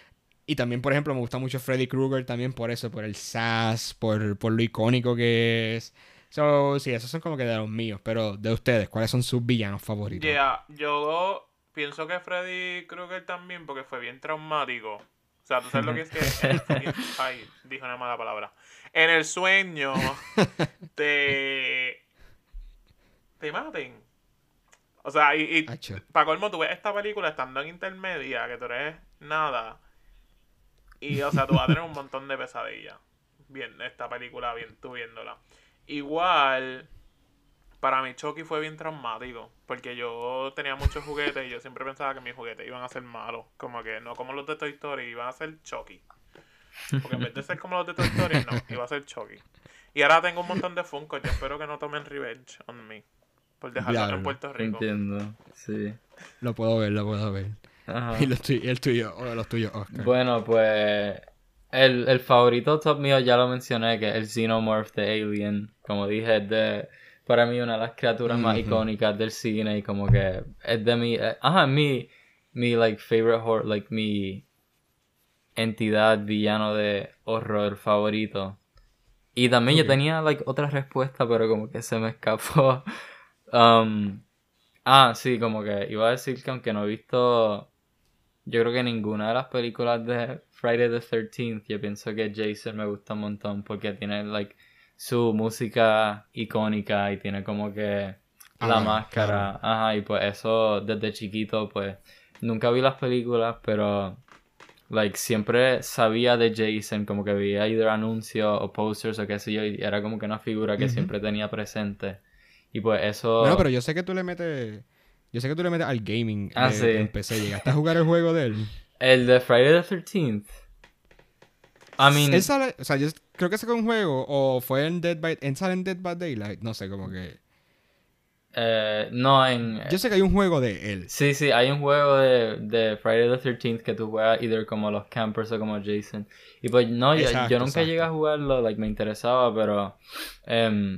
Y también, por ejemplo, me gusta mucho Freddy Krueger también por eso, por el sass, por, por lo icónico que es. So, sí, esos son como que de los míos, pero de ustedes, ¿cuáles son sus villanos favoritos? Yeah, yo pienso que Freddy Krueger también, porque fue bien traumático. O sea, tú sabes lo que es que en el fucking... Ay, dije una mala palabra. En el sueño te... te maten. O sea, y, y Hacho. para colmo, tú ves esta película estando en intermedia, que tú eres nada. Y, o sea, tú vas a tener un montón de pesadillas. Bien, esta película, bien, tú viéndola. Igual, para mí Chucky fue bien traumático. Porque yo tenía muchos juguetes y yo siempre pensaba que mis juguetes iban a ser malos. Como que no como los de Toy Story, iban a ser Chucky. Porque en vez de ser como los de Toy Story, no, iba a ser Chucky. Y ahora tengo un montón de Funko. Yo espero que no tomen revenge on me. Por dejarlo en Diablo. Puerto Rico. Entiendo, sí. Lo puedo ver, lo puedo ver. Y Ajá. los tuy- el tuyo, o los tuyos, Oscar. Bueno, pues El, el favorito top mío ya lo mencioné, que es el Xenomorph de Alien. Como dije, es de, para mí una de las criaturas más Ujú. icónicas del cine y como que es de mi, eh, ajá, mi, mi like favorite horror, like mi entidad villano de horror favorito. Y también yo Ok. tenía like otra respuesta, pero como que se me escapó. Um, ah, sí, como que iba a decir que aunque no he visto, yo creo que ninguna de las películas de Friday the thirteenth, yo pienso que Jason me gusta un montón porque tiene like su música icónica y tiene como que la Ah, máscara, claro. ajá, y pues eso desde chiquito pues nunca vi las películas, pero like siempre sabía de Jason, como que veía either anuncios o posters o qué sé yo, y era como que una figura que Ujú. siempre tenía presente. Y pues Bueno, pero eso, yo sé que tú le metes. Yo sé que tú le metes al gaming ah de, sí, en P C. ¿Llegaste a jugar el juego de él? el de Friday the thirteenth. I S- Él mean, sale. O sea, yo creo que sacó un juego. O fue en Dead by. ¿En sale en Dead by Daylight? No sé, como que. eh, no en... Yo sé que hay un juego de él. Sí, sí, hay un juego de, de Friday the thirteenth que tú juegas either como los campers o como Jason. Y pues no, yo, yo Exacto, nunca llegué a exacto. jugarlo, like me interesaba, pero... em,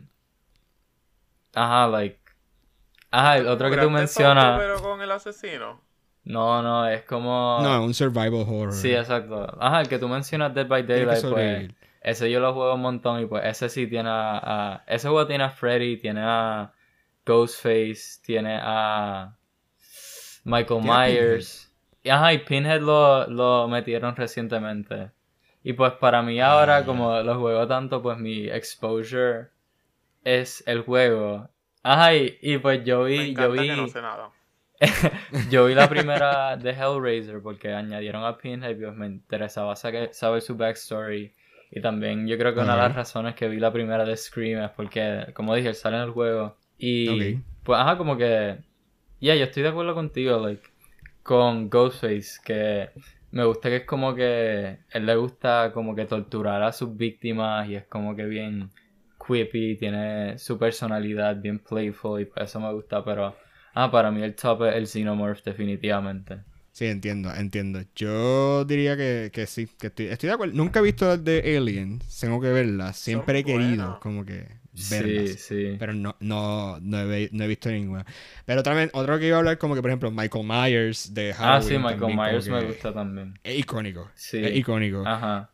ajá, like... Ajá, el otro que tú Grand Theft Auto, mencionas... pero con el asesino. No, no, es No, como... es un survival Sí, horror. exacto. Ajá, el que tú mencionas Dead by Tienes que Daylight, pues... sobrevivir. Ese yo lo juego un montón y pues ese sí tiene a... a- ese juego tiene a Freddy, tiene a Ghostface, tiene a... Michael Tiene Pinhead. Myers. Y, ajá, y Pinhead lo, lo metieron recientemente. Y pues para mí Ah, ahora, ya. como lo juego tanto, pues mi exposure es el juego. Ajá, y, y pues yo Me vi, yo encanta que no vi, sé nada. yo vi la primera de Hellraiser porque añadieron a Pinhead y pues me interesaba saque- saber su backstory. Y también yo creo que una de las Ok. razones que vi la primera de Scream es porque, como dije, él sale en el juego. Y Ok. pues ajá, como que... Ya, yo estoy de acuerdo contigo, like, con Ghostface, que me gusta que es como que él le gusta como que torturar a sus víctimas y es como que bien quippy, tiene su personalidad bien playful y pues eso me gusta, pero ah, para mí el top es el Xenomorph definitivamente. Sí, entiendo, entiendo. Yo diría que, que sí, que estoy, estoy de acuerdo. Nunca he visto las de Alien, tengo que verlas. Siempre Son he querido buenas. como que Sí, verlas. sí. Pero no, no, no, he, ve- no he visto ninguna. Pero también, otro que iba a hablar, como que por ejemplo, Michael Myers de Ah, Halloween. sí, Michael también, como Myers me que gusta también. es icónico. Es Sí, icónico. ajá,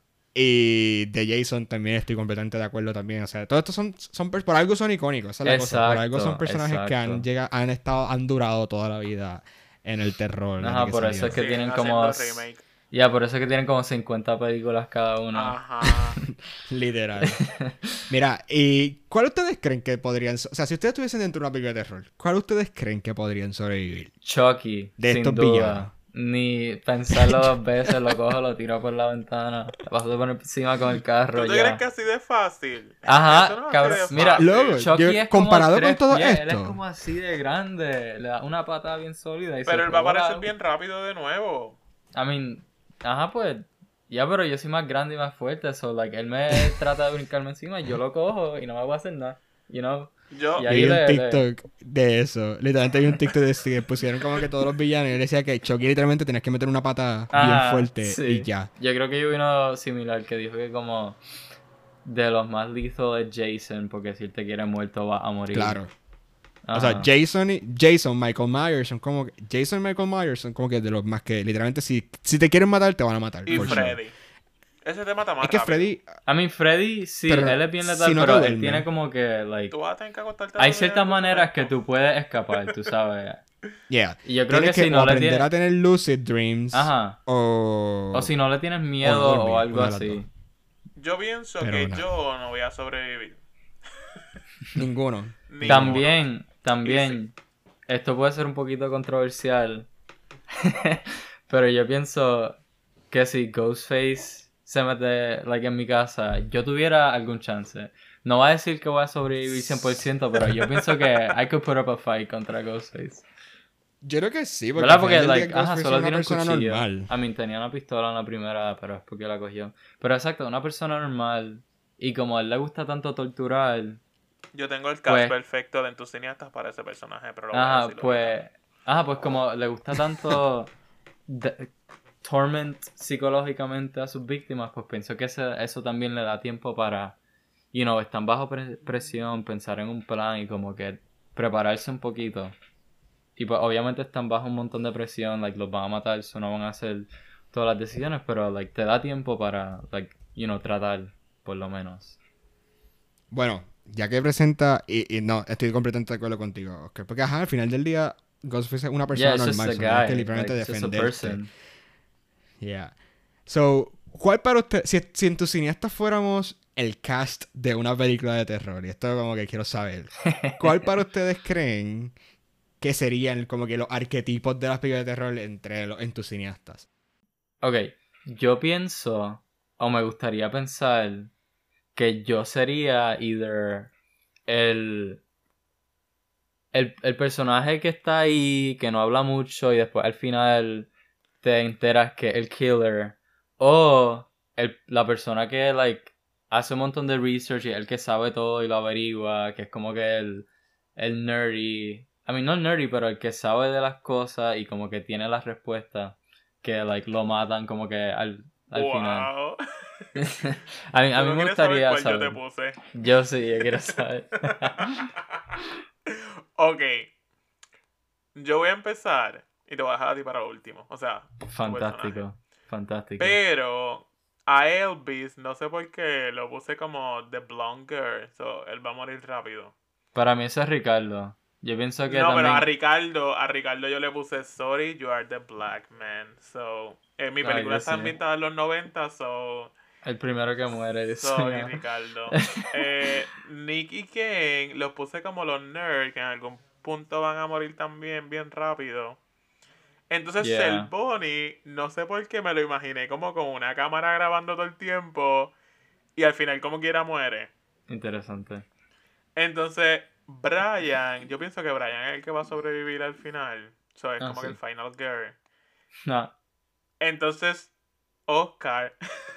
Y de Jason también estoy completamente de acuerdo también. O sea, todos estos son, son pers- por algo son icónicos, esa es la cosa. Por algo son exacto, personajes que han exacto. llegado, han estado, han durado toda la vida en el terror desde Ajá, que por eso es salieron. que Siguen tienen como... haciendo s- remake. Ya, por eso es que tienen como cincuenta películas cada uno. Ajá. Literal. Mira, ¿y cuál ustedes creen que podrían... so- O sea, si ustedes estuviesen dentro de una película de terror, ¿cuál ustedes creen que podrían sobrevivir? Chucky, De sin estos duda. villanos. Ni pensarlo dos veces, lo cojo, lo tiro por la ventana, lo paso por encima con el carro, ¿Tú te crees ya. que así de fácil? Eso Ajá, no es cabrón. así de Mira, fácil. Loco, Chucky yo- es como comparado con tres todo pies, él es esto. como así de grande, le da una patada bien sólida y se Pero él va a puede aparecer volar. bien rápido de nuevo. I mean, ajá, pues, ya, pero yo soy más grande y más fuerte, so, like, él me trata de brincarme encima y yo lo cojo y no me voy a hacer nada, you know. Yo, Y Yo ahí vi un le, le- TikTok de eso. Literalmente vi un TikTok de eso que pusieron como que todos los villanos. Y él decía que Chucky literalmente tenías que meter una pata bien Ajá, fuerte sí. y ya. Yo creo que yo vi uno similar que dijo que como de los más lethal es Jason, porque si él te quiere muerto va a morir. Claro. Ajá. O sea, Jason, y, Jason, Michael Myers son como que... Jason y Michael Myers son como que de los más que literalmente si, si te quieren matar te van a matar. y for sure. Freddy. Ese te mata más Es que rápido. Freddy... I mean, Freddy, sí, Pero él es bien letal, si no te pero él duerme. tiene como que, like... Tú vas a tener que acostarte a Hay dormir ciertas en algún maneras que momento. tú puedes escapar, tú sabes. Yeah. Y yo creo Tienes que, que, si o no le aprender tienes... a tener lucid dreams. Ajá. O... O si no le tienes miedo o o, dormir, algo una de las así. dos. Yo pienso Pero que nada. yo no voy a sobrevivir. Ninguno. Ninguno. También, también, esto puede ser un poquito controversial, pero yo pienso que si Ghostface se mete like, en mi casa, yo tuviera algún chance. No voy a decir que voy a sobrevivir cien por ciento, pero yo pienso que I could put up a fight contra Ghostface. Yo creo que sí. Porque ¿Verdad? al Porque, final del like, día ajá, Ghostface solo es una tiene un persona cuchillo. normal. I mean, tenía una pistola en la primera, pero es porque la cogió. Pero exacto, una persona normal, y como a él le gusta tanto torturar, Yo tengo el cast Pues- perfecto de entusiastas para ese personaje, pero lo voy a ajá, decir, lo voy a pues, ajá, pues como le gusta tanto de- torment psicológicamente a sus víctimas, pues pienso que ese, eso también le da tiempo para, you know, están bajo pre- presión, pensar en un plan y como que prepararse un poquito. Y pues obviamente están bajo un montón de presión, like los van a matar, eso no van a hacer todas las decisiones, pero like te da tiempo para, like, you know, tratar, por lo menos. Bueno, ya que presenta, y, y no, estoy completamente de acuerdo contigo, Oscar, porque ajá, al final del día, Ghostface es una persona Yeah, it's normal, just a so tienes que guy, literalmente like, it's just a defenderte. person. Yeah. So, ¿cuál para usted, si, si en tus cineastas fuéramos el cast de una película de terror, y esto como que quiero saber, ¿cuál para ustedes creen que serían como que los arquetipos de las películas de terror entre los, en tus cineastas? Ok, yo pienso, o me gustaría pensar, que yo sería either el, el, el personaje que está ahí, que no habla mucho y después al final te enteras que es el killer, o el, la persona que like hace un montón de research y el que sabe todo y lo averigua, que es como que el, el nerdy, I mean no el nerdy, pero el que sabe de las cosas y como que tiene las respuestas, que like lo matan como que al, al wow. final. a mí, a ¿Tú mí no me quieres saber gustaría cuál saber. yo te puse? Yo sí, yo quiero saber. Ok. Yo voy a empezar y te voy a dejar a ti para último. O sea, tu personaje. Fantástico, fantástico. Pero a Elvis, no sé por qué, lo puse como The Blonde Girl. So, él va a morir rápido. Para mí eso es Ricardo. Yo pienso que No, también... pero a Ricardo, a Ricardo yo le puse Sorry, you are the black man. So, eh, mi Ah, película yo está sé. ambientada en los noventa, so... El primero que muere, Dios Sorry, mío. Ricardo. eh, Nick y Ken los puse como los nerds, que en algún punto van a morir también bien rápido. Entonces, Yeah. Cell Bonnie, no sé por qué me lo imaginé como con una cámara grabando todo el tiempo y al final como quiera muere. Interesante. Entonces, Brian, yo pienso que Brian es el que va a sobrevivir al final. So, es Ah, como sí. que el final girl. No. Entonces, Oscar.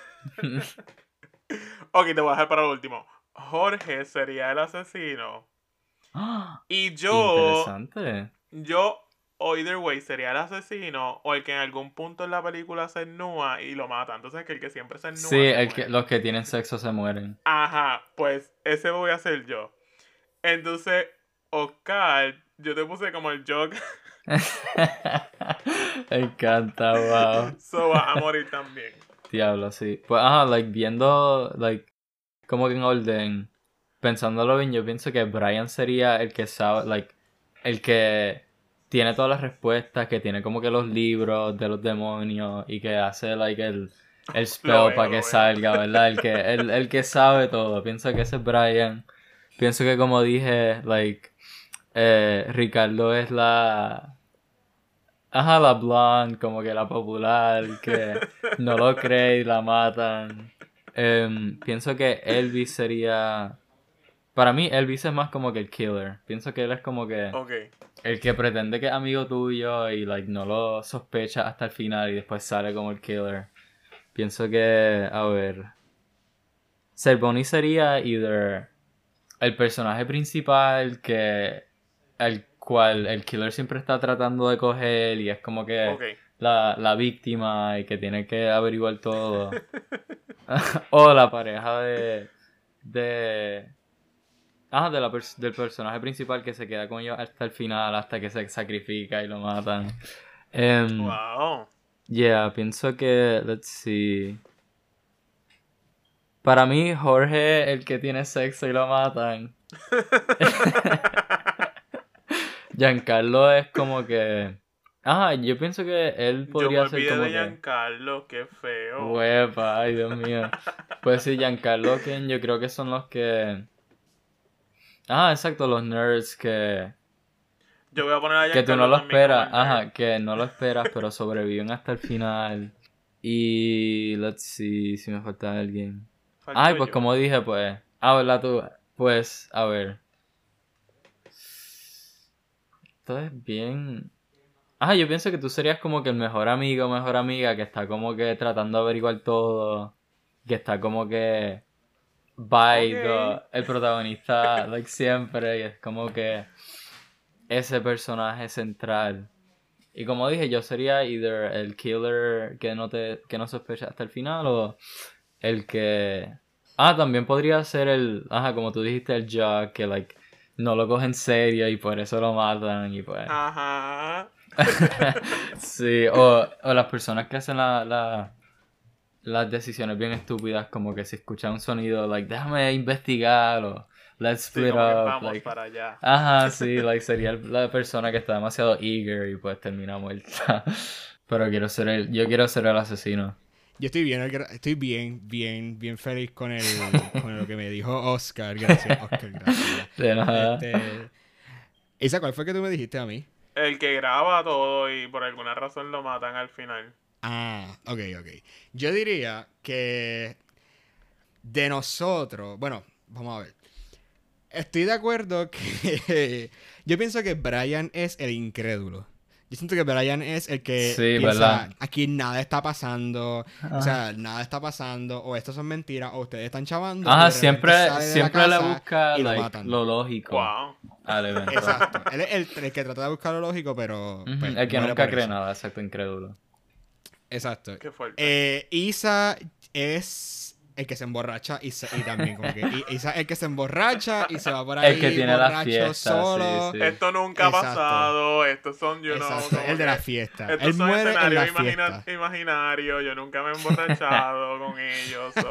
Ok, te voy a dejar para el último. Jorge sería el asesino. Y yo, Interesante. yo, o either way, sería el asesino o el que en algún punto en la película se ennúa y lo mata. Entonces, que el que siempre se ennúa Sí, se el muere. que, los que tienen sexo se mueren. Ajá, pues ese voy a ser yo. Entonces, Oscar, yo te puse como el Joker. Me encanta, wow. So va a morir también. Diablo, sí. Pues, ajá, like, viendo, like, como que en orden, pensándolo bien, yo pienso que Brian sería el que sabe, like, el que tiene todas las respuestas, que tiene como que los libros de los demonios y que hace, like, el, el spell para que salga, ¿verdad? El que, el, el que sabe todo. Pienso que ese es Brian. Pienso que, como dije, like, eh, Ricardo es la... Ajá, la blonde, como que la popular, que no lo cree y la matan. Um, pienso que Elvis sería... Para mí, Elvis es más como que el killer. Pienso que él es como que... Okay. El que pretende que es amigo tuyo y like, no lo sospecha hasta el final y después sale como el killer. Pienso que... A ver... Bonnie sería either el personaje principal que... El cual el killer siempre está tratando de coger y es como que Okay. la, la víctima y que tiene que averiguar todo. O la pareja de... de... Ah, de la pers- del personaje principal que se queda con ellos hasta el final, hasta que se sacrifica y lo matan. Um, Wow. Yeah, pienso que... Let's see... Para mí, Jorge, el que tiene sexo y lo matan. Giancarlo es como que... Ah, yo pienso que él podría Yo me ser olvidé como de que... Giancarlo, qué feo. Huepa, ay Dios mío. Pues sí, Giancarlo, Ken, yo creo que son los que... Ah, exacto, los nerds que... Yo voy a poner a Que Giancarlo tú no lo también como esperas, el nerd. ajá, que no lo esperas, pero sobreviven hasta el final. Y... Let's see, si me falta alguien. Falto Ay, pues yo. como dije, pues... Ah, ¿verdad tú? Pues, a ver... Esto es bien... Ah, yo pienso que tú serías como que el mejor amigo o mejor amiga que está como que tratando de averiguar todo. Que está como que... By Ok. the- el protagonista, like siempre. Y es como que... Ese personaje central. Y como dije, yo sería either el killer que no te que no sospecha hasta el final o el que... Ah, también podría ser el... Ajá, como tú dijiste, el Jack que, like, no lo coge en serio y por eso lo matan y pues... Ajá. Sí, o, o las personas que hacen la, la, las decisiones bien estúpidas, como que si escuchan un sonido, like, déjame investigar o let's Sí, split como que up. vamos Like, para allá. ajá, sí, like, sería el- la persona que está demasiado eager y pues termina muerta. Pero quiero ser el, yo quiero ser el asesino. Yo estoy bien, agra- estoy bien, bien, bien feliz con el, con lo que me dijo Oscar. Gracias, Oscar, gracias. De nada. Este... Isa, ¿cuál fue que tú me dijiste a mí? El que graba todo y por alguna razón lo matan al final. Ah, ok, ok. Yo diría que de nosotros, bueno, vamos a ver. Estoy de acuerdo que yo pienso que Brian es el incrédulo. Yo siento que Brian es el que Sí, piensa, ¿verdad? aquí nada está pasando, o sea, nada está pasando, o esto son mentiras, o ustedes están chavando. y de Ajá, repente siempre, sale de la siempre le casa busca y lo like, matan. lo lógico Wow. al evento. Exacto. Él es el, el que trata de buscar lo lógico, pero... Ujú, pues, el que muere nunca por cree eso. nada, exacto, incrédulo. Exacto. Qué fuerte. Eh, Isa es el que se emborracha y, se- y también como que I- Isa es el que se emborracha y se va por ahí El que tiene la borracho fiesta, solo. sí, sí. Esto nunca ha Exacto. pasado. Estos son, you know, Exacto, como el de que- la fiesta. Estos Él son muere en escenarios la imagina- fiesta. imaginarios. Yo nunca me he emborrachado con ellos. so.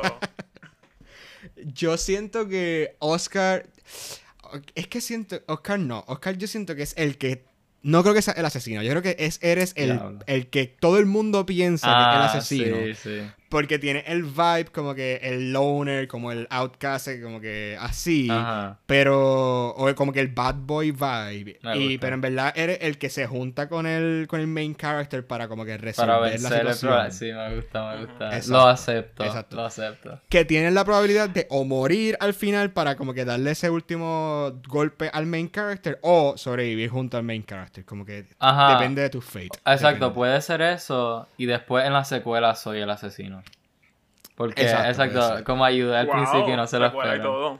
Yo siento que Oscar... Es que siento... Oscar no. Oscar yo siento que es el que... No creo que sea el asesino. Yo creo que es, eres el, Diablo. el que todo el mundo piensa que es el Ah, asesino. sí, sí. Porque tiene el vibe como que el loner, como el outcast, como que así. Ajá. Pero... O como que el bad boy vibe. Me Y, gusta. pero en verdad eres el que se junta con el, con el main character para como que Para resolver la vencer el situación. problema. Sí, me gusta, me gusta. Exacto, Lo acepto, exacto. lo acepto. Que tienen la probabilidad de o morir al final para como que darle ese último golpe al main character o sobrevivir junto al main character. Como que Ajá. depende de tu fate. Exacto, Depende. puede ser eso y después en la secuela soy el asesino. Porque, Exacto, exacto, puede ser. como ayuda al Wow, principio y no se lo secuela y esperan. todo.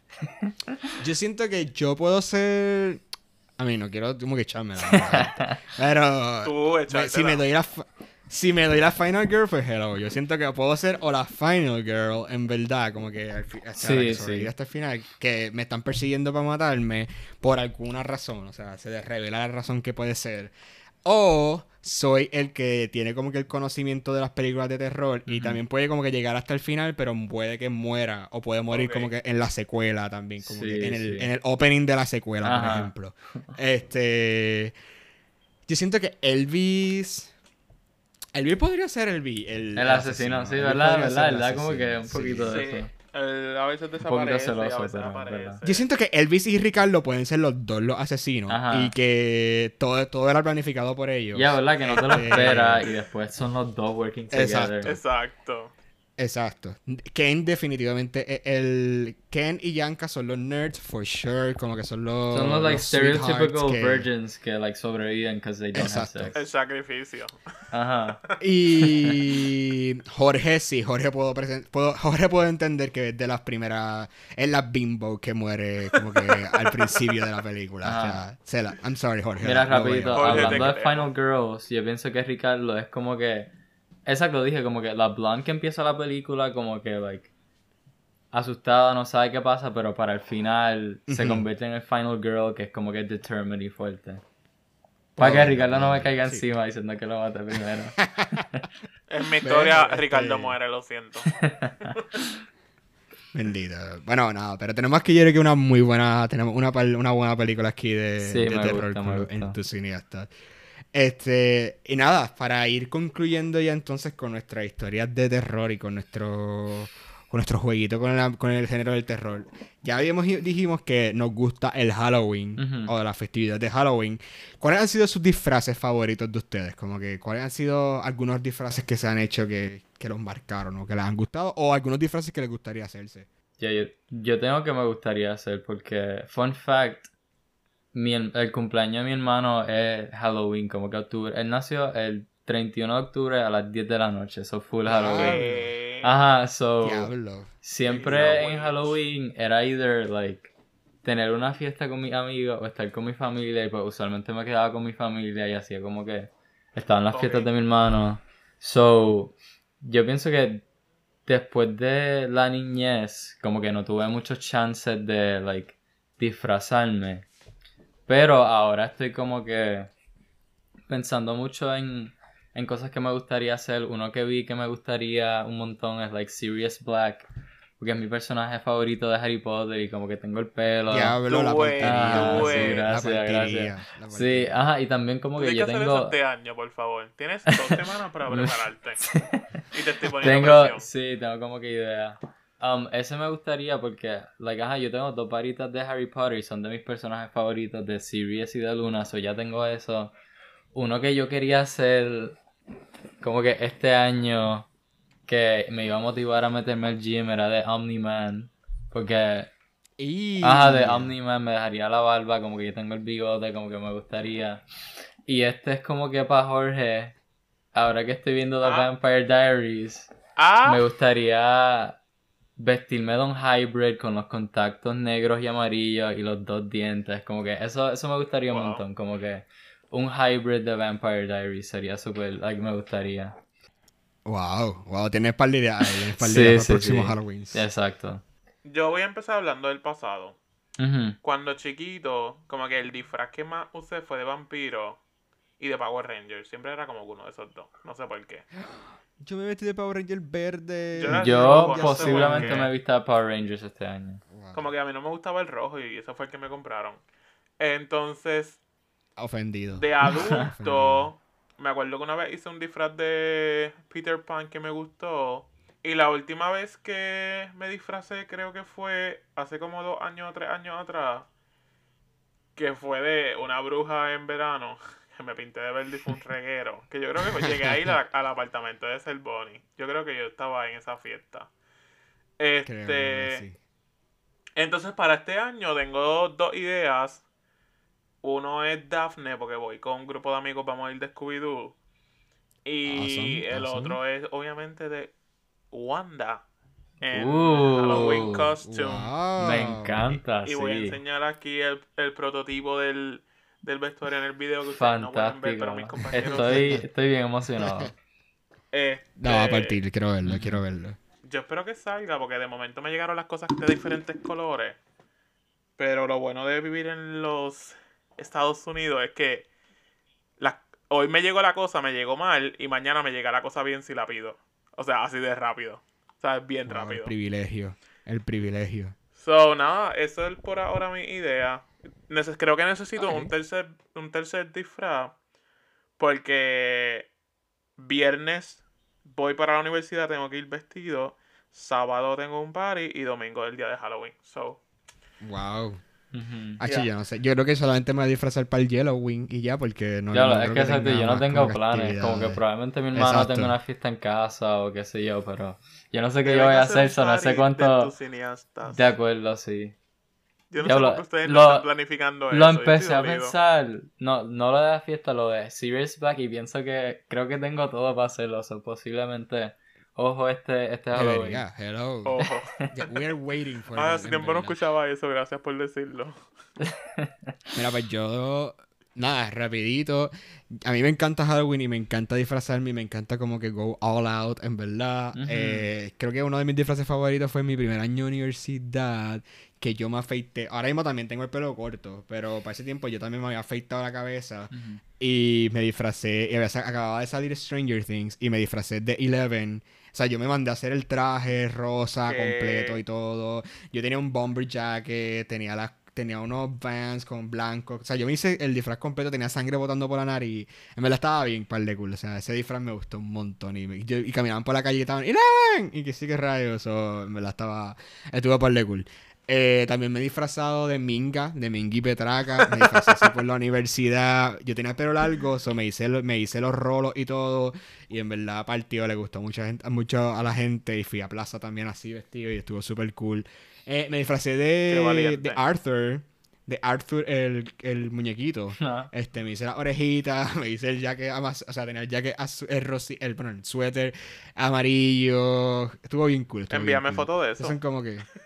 Yo siento que yo puedo ser... A mí no quiero como que echarme la Pero... Tú, pues, si échatela. me doy la... fa- Si me doy la Final Girl, pues hello. Yo siento que puedo ser o la Final Girl, en verdad, como que al fi- hasta Sí, la que sí. sobrevive hasta el final, que me están persiguiendo para matarme por alguna razón. O sea, se revela la razón que puede ser. O soy el que tiene como que el conocimiento de las películas de terror y Ujú. también puede como que llegar hasta el final, pero puede que muera. O puede morir Ok. como que en la secuela también. Como Sí, que en el, sí. en el opening de la secuela, por Ajá. ejemplo. Este... Yo siento que Elvis... Elvis podría ser Elvis. El, El asesino, sí, Elvis verdad, podría verdad, ser el verdad, como que asesino, un sí. poquito de Sí. eso. Él a veces poquito desaparece y a celoso, veces pero, aparece. verdad. Yo siento que Elvis y Ricardo pueden ser los dos los asesinos. Ajá. Y que todo, todo era planificado por ellos. Ya, ¿verdad? Que no te lo Este, esperas y después son los dos working Exacto. together. Exacto. Exacto. Ken definitivamente es el... Ken y Yanka son los nerds, for sure. Como que son los... Son los, like, sweethearts stereotypical que- virgins que, like, sobreviven because they don't Exacto. have El sex. sacrificio. Ajá. Y Jorge sí, Jorge puedo, presen- puedo Jorge puedo entender que es de las primeras, es la bimbo que muere como que al principio de la película. O sea, se la- I'm sorry, Jorge. Mira, lo rapidito, veo. Jorge, te hablando de creo. Final Girls, yo pienso que Ricardo es como que... Exacto, dije, como que la blonde que empieza la película como que, like, asustada, no sabe qué pasa, pero para el final se Ujú. convierte en el Final Girl, que es como que determined y fuerte. Para que Ricardo no me caiga Sí. encima diciendo que lo mate primero. En mi historia, Bueno, Ricardo este- muere, lo siento. Bendito. Bueno, nada, pero tenemos aquí yo creo que una muy buena, tenemos una, pal- una buena película aquí de, Sí, de me terror gusta, con me los gusta. entusiastas. Este, y nada, para ir concluyendo ya entonces con nuestras historias de terror y con nuestro con nuestro jueguito con, la- con el género del terror. Ya habíamos, dijimos que nos gusta el Halloween Ujú. o la festividad de Halloween. ¿Cuáles han sido sus disfraces favoritos de ustedes? Como que, ¿cuáles han sido algunos disfraces que se han hecho que, que los marcaron o que les han gustado? O algunos disfraces que les gustaría hacerse. Ya, yo, yo tengo que me gustaría hacer porque, fun fact, mi, her- el cumpleaños de mi hermano es Halloween, como que octubre. Él nació el treinta y uno de octubre a las diez de la noche, so full Halloween. Eh, Ajá, so Diablo. siempre Diablo. en Halloween era either like tener una fiesta con mis amigos o estar con mi familia, y pues usualmente me quedaba con mi familia y hacía como que estaba en las Ok. fiestas de mi hermano. So, yo pienso que después de la niñez, como que no tuve muchos chances de, like, disfrazarme. Pero ahora estoy como que pensando mucho en, en cosas que me gustaría hacer. Uno que vi que me gustaría un montón es, like, Sirius Black. Porque es mi personaje favorito de Harry Potter y como que tengo el pelo. Diablo, la Tú, güey, porquería. Ah, tú, sí, güey. La gracias, porquería. gracias. La Sí, porquería. ajá, y también como Tú que tienes que yo hacer eso tengo... este año, por favor. Tienes dos semanas para prepararte. Y te estoy poniendo Tengo, presión. sí, tengo como que idea. Um, ese me gustaría porque, like, ajá, yo tengo dos varitas de Harry Potter y son de mis personajes favoritos de Sirius y de Luna, so ya tengo eso. Uno que yo quería hacer como que este año que me iba a motivar a meterme al gym era de Omni-Man, porque, Y... ajá, de Omni-Man me dejaría la barba, como que yo tengo el bigote, como que me gustaría. Y este es como que para Jorge, ahora que estoy viendo The Ah. Vampire Diaries, Ah, me gustaría vestirme de un hybrid con los contactos negros y amarillos y los dos dientes. Como que eso, eso me gustaría un Wow. montón. Como que un hybrid de Vampire Diaries sería súper, like, me gustaría. Wow, wow, tienes par de ideas ahí, tienes par de Sí, ideas para sí, el próximo sí. Halloween. Exacto. yo voy a empezar hablando del pasado. Ujú. Cuando chiquito, como que el disfraz que más usé fue de vampiro y de Power Ranger. Siempre era como uno de esos dos. No sé por qué. Yo me vestí de Power Ranger verde. Yo era Yo rojo, no sé posiblemente por qué. me he visto a Power Rangers este año. Wow. Como que a mí no me gustaba el rojo y ese fue el que me compraron. Entonces, Ofendido. de adulto, me acuerdo que una vez hice un disfraz de Peter Pan que me gustó. Y la última vez que me disfracé creo que fue hace como dos años o tres años atrás. Que fue de una bruja en verano. Que me pinté de verde y fue un reguero. Que yo creo que llegué a ir a- al apartamento de Ser Bonnie. Yo creo que yo estaba en esa fiesta. Creo que Este... sí. Entonces para este año tengo dos ideas. Uno es Daphne, porque voy con un grupo de amigos, vamos a ir de Scooby-Doo. Y Awesome, el awesome. otro es obviamente de Wanda. En Uh. Halloween costume. Wow. Me encanta, Y voy a sí. enseñar aquí el, el prototipo del, del vestuario en el video que ustedes no pueden ver, pero mis Fantástico. compañeros... Estoy, estoy bien emocionado. Este, No, va a partir, quiero verlo, Ujú. quiero verlo. Yo espero que salga, porque de momento me llegaron las cosas de diferentes colores. Pero lo bueno de vivir en los Estados Unidos es que la- hoy me llegó la cosa, me llegó mal, y mañana me llega la cosa bien si la pido. O sea, así de rápido. O sea, es bien Wow, el rápido. privilegio, el privilegio. So, nada, eso es por ahora mi idea. Neces- creo que necesito Ok. un tercer un tercer disfraz, porque viernes voy para la universidad, tengo que ir vestido, sábado tengo un party y domingo es el día de Halloween. So, Wow. Ujú. H, Ya. yo no sé. Yo creo que solamente me voy a disfrazar para el Halloween y ya, porque no, Ya, no es creo que exacto, tenga yo no más tengo como que planes, como que actividades. probablemente mi hermano Exacto. tenga una fiesta en casa o qué sé yo, pero yo no sé qué yo deben voy a hacer hacer, un so no sé party de cuánto entusiastas. de acuerdo, sí. Yo no Diablo, sé por qué ustedes no lo- están planificando Lo eso. yo empecé estoy a dolido. pensar, no, no lo de la fiesta, lo de Sirius Black y pienso que creo que tengo todo para hacerlo, so posiblemente, ojo este, este Halloween. Debería, hello. Ojo. Yeah, we are waiting for Ah, that, hace en tiempo no verdad. escuchaba eso, gracias por decirlo. Mira, pues yo, nada, rapidito. A mí me encanta Halloween y me encanta disfrazarme y me encanta como que go all out, en verdad. Ujú. Eh, creo que uno de mis disfraces favoritos fue en mi primer año de universidad, que yo me afeité. Ahora mismo también tengo el pelo corto, pero para ese tiempo yo también me había afeitado la cabeza Ujú. y me disfracé, y había sa- acababa de salir Stranger Things y me disfracé de Eleven. O sea, yo me mandé a hacer el traje rosa ¿Qué? completo y todo. Yo tenía un bomber jacket, tenía las tenía unos Vans con blanco. O sea, yo me hice el disfraz completo, tenía sangre botando por la nariz. En verdad estaba bien, par de cool. O sea, ese disfraz me gustó un montón. Y, me- yo- y caminaban por la calle y estaban, ¡Eleven! Y que sí que rayos. O en verdad estaba, estuvo par de cool. Eh, también me he disfrazado de Minga, de Mingy Petraca. Me disfrazé así por la universidad. Yo tenía el pelo largo, so me hice, lo- me hice los rolos y todo. Y en verdad partió, le gustó mucha gente, mucho a la gente. Y fui a plaza también así vestido y estuvo súper cool. Eh, me disfracé Qué de, valiente. de Arthur. De Arthur, el, el muñequito. Ah. Este, me hice las orejitas, me hice el jacket, amas- o sea, tenía el jacket, azu- el, rosi- el, bueno, el suéter amarillo. Estuvo bien cool. Estuvo Envíame bien cool. foto de Esos eso. son como que...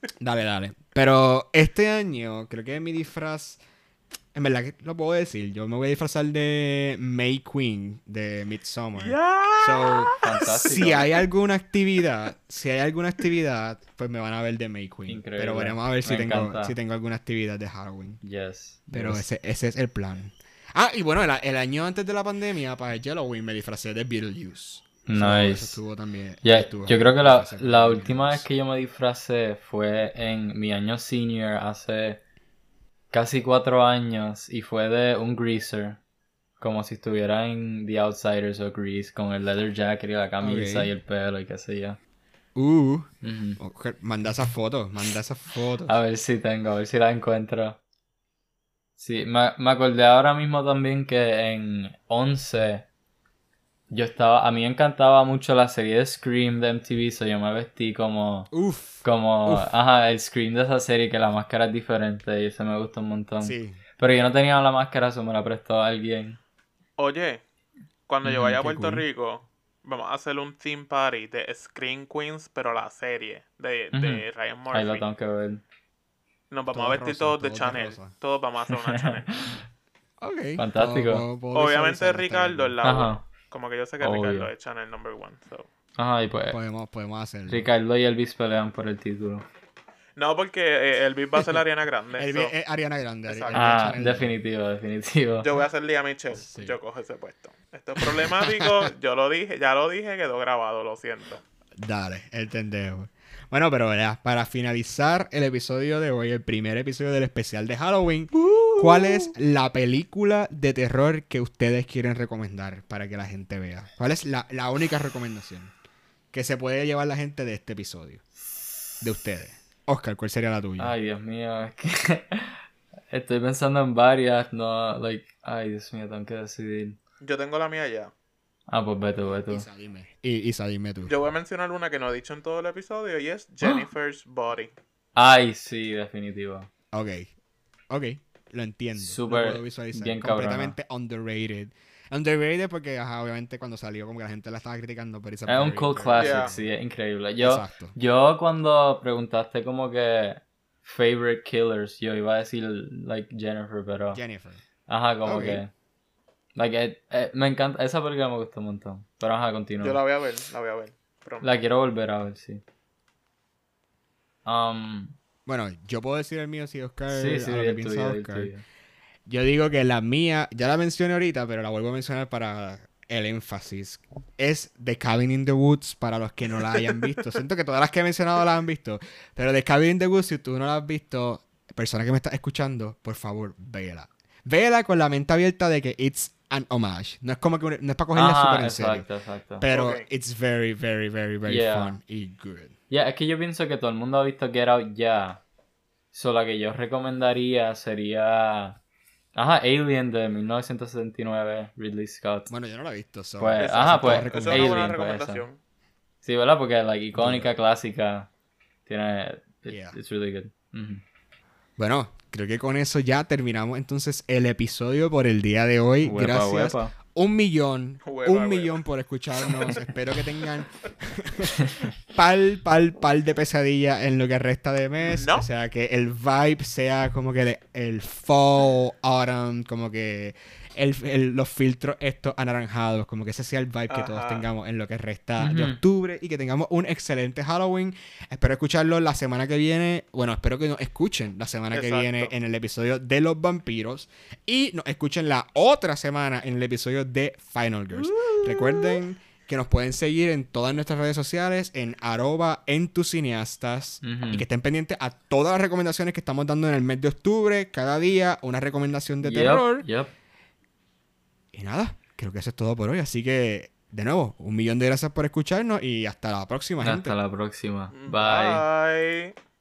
Dale, dale. Pero este año, creo que mi disfraz. En verdad que lo puedo decir. Yo me voy a disfrazar de May Queen de Midsommar. ¡Ya! So, Fantástico. si hay alguna actividad, si hay alguna actividad, pues me van a ver de May Queen. Increíble. Pero veremos a ver si Me tengo, encanta. si tengo alguna actividad de Halloween. Yes. Pero yes. ese, ese es el plan. Ah, y bueno, el, el año antes de la pandemia, para el Halloween, me disfracé de Beetlejuice. So, Nice. eso estuvo también. Ya, estuvo yo creo que la, disfrazado la de última vez Beetlejuice. que yo me disfracé fue en mi año senior, hace casi cuatro años, y fue de un greaser, como si estuviera en The Outsiders o Grease, con el leather jacket y la camisa Ok. y el pelo y qué sé yo. Uh, Ujú. ok, manda esas fotos, manda esas fotos. A ver si tengo, a ver si la encuentro. Sí, me, me acordé ahora mismo también que en once yo estaba, a mí me encantaba mucho la serie de Scream de M T V, so yo me vestí como, Uf, como, Uf. ajá, el Scream de esa serie, que la máscara es diferente y eso me gusta un montón. sí. Pero yo no tenía la máscara, eso me la prestó alguien. Oye, cuando yo Ujú, vaya a qué Puerto cool. Rico, vamos a hacer un theme party de Scream Queens, pero la serie de, Ujú. de Ryan Ahí lo Murphy. tengo que ver. Nos vamos Todo a vestir rosa, todos de todo de Chanel. rosa. Todos vamos a hacer una Chanel. Ok. Fantástico. puedo- puedo- puedo Obviamente visualizarlo, Ricardo está es bien. la uno. Ajá. Como que yo sé que Obvio. Ricardo es Chanel number one. So. Ajá, y pues Podemos, podemos hacerlo. Ricardo y Elvis pelean por el título. No, porque eh, el beat va a ser Ariana Grande. El so, vi- es Ariana Grande. Ari- Exacto. el vi Ah, Chanel dos. definitivo, definitivo. Yo voy a ser Lea Michelle. Sí. Yo cojo ese puesto. Esto es problemático. Yo lo dije, ya lo dije, quedó grabado, lo siento. Dale, entendemos. Bueno, pero ¿verdad? Para finalizar el episodio de hoy, el primer episodio del especial de Halloween, ¿cuál es la película de terror que ustedes quieren recomendar para que la gente vea? ¿Cuál es la, la única recomendación que se puede llevar la gente de este episodio? De ustedes. Oscar, ¿cuál sería la tuya? Ay, Dios mío, es que estoy pensando en varias, no, like, ay, Dios mío, tengo que decidir. Yo tengo la mía ya. Ah, pues vete, vete. Isa, dime. Y, Isa, dime tú. Yo voy a mencionar una que no he dicho en todo el episodio y es Jennifer's Body. Ay, sí, definitivo. Ok. Ok. Lo entiendo. Súper Lo puedo visualizar. bien cabrona. Completamente underrated. Underrated porque, ajá, obviamente cuando salió como que la gente la estaba criticando, pero Es un cult classic, Yeah. sí, es increíble. Yo, Exacto. yo cuando preguntaste como que favorite killers, yo iba a decir like Jennifer, pero Jennifer. ajá, como Ok. que like eh, eh, me encanta, esa película me gustó un montón. Pero ajá, continúa. Yo la voy a ver, la voy a ver. Pronto. La quiero volver a ver, sí. Um, Bueno, yo puedo decir el mío si Oscar sí, sí, a lo que el piensa tuyo, el Oscar. tuyo. Yo digo que la mía, ya la mencioné ahorita, pero la vuelvo a mencionar para el énfasis. Es The Cabin in the Woods para los que no la hayan visto. Siento que todas las que he mencionado la han visto. Pero The Cabin in the Woods, si tú no la has visto, persona que me está escuchando, por favor, véela. Véela con la mente abierta de que it's an homage. No es como que un- no es para cogerla Ajá, súper en serio. exacto, exacto. Pero Ok. it's very, very, very, very Yeah. fun y good. Ya, es que yo pienso que todo el mundo ha visto Get Out ya. So, la que yo recomendaría sería... Ajá, Alien de mil novecientos setenta y nueve, Ridley Scott. Bueno, yo no la he visto. So Pues, Esa- ajá, esa pues, te la Esa es recomiendo. una buena Alien, pues, esa. recomendación. Sí, ¿verdad? Porque la icónica, clásica, tiene... It, Yeah. It's really good. Ujú. Bueno, creo que con eso ya terminamos entonces el episodio por el día de hoy. Huepa, Gracias. huepa. Un millón, Hueva, un hueva. millón por escucharnos. Espero que tengan pal, pal, pal de pesadilla en lo que resta de mes. No. O sea, que el vibe sea como que de- el fall, autumn, como que el, el- los filtros estos anaranjados, como que ese sea el vibe que todos Ajá. tengamos en lo que resta de Ujú. octubre y que tengamos un excelente Halloween. Espero escucharlo la semana que viene. Bueno, espero que nos escuchen la semana que Exacto. viene en el episodio de los vampiros y nos escuchen la otra semana en el episodio de Final Girls. Recuerden que nos pueden seguir en todas nuestras redes sociales en arroba entusineastas Ujú. y que estén pendientes a todas las recomendaciones que estamos dando en el mes de octubre. Cada día una recomendación de Yep, terror. yep. Y nada, creo que eso es todo por hoy. Así que, de nuevo, un millón de gracias por escucharnos y hasta la próxima, gente. Hasta la próxima. Bye. Bye.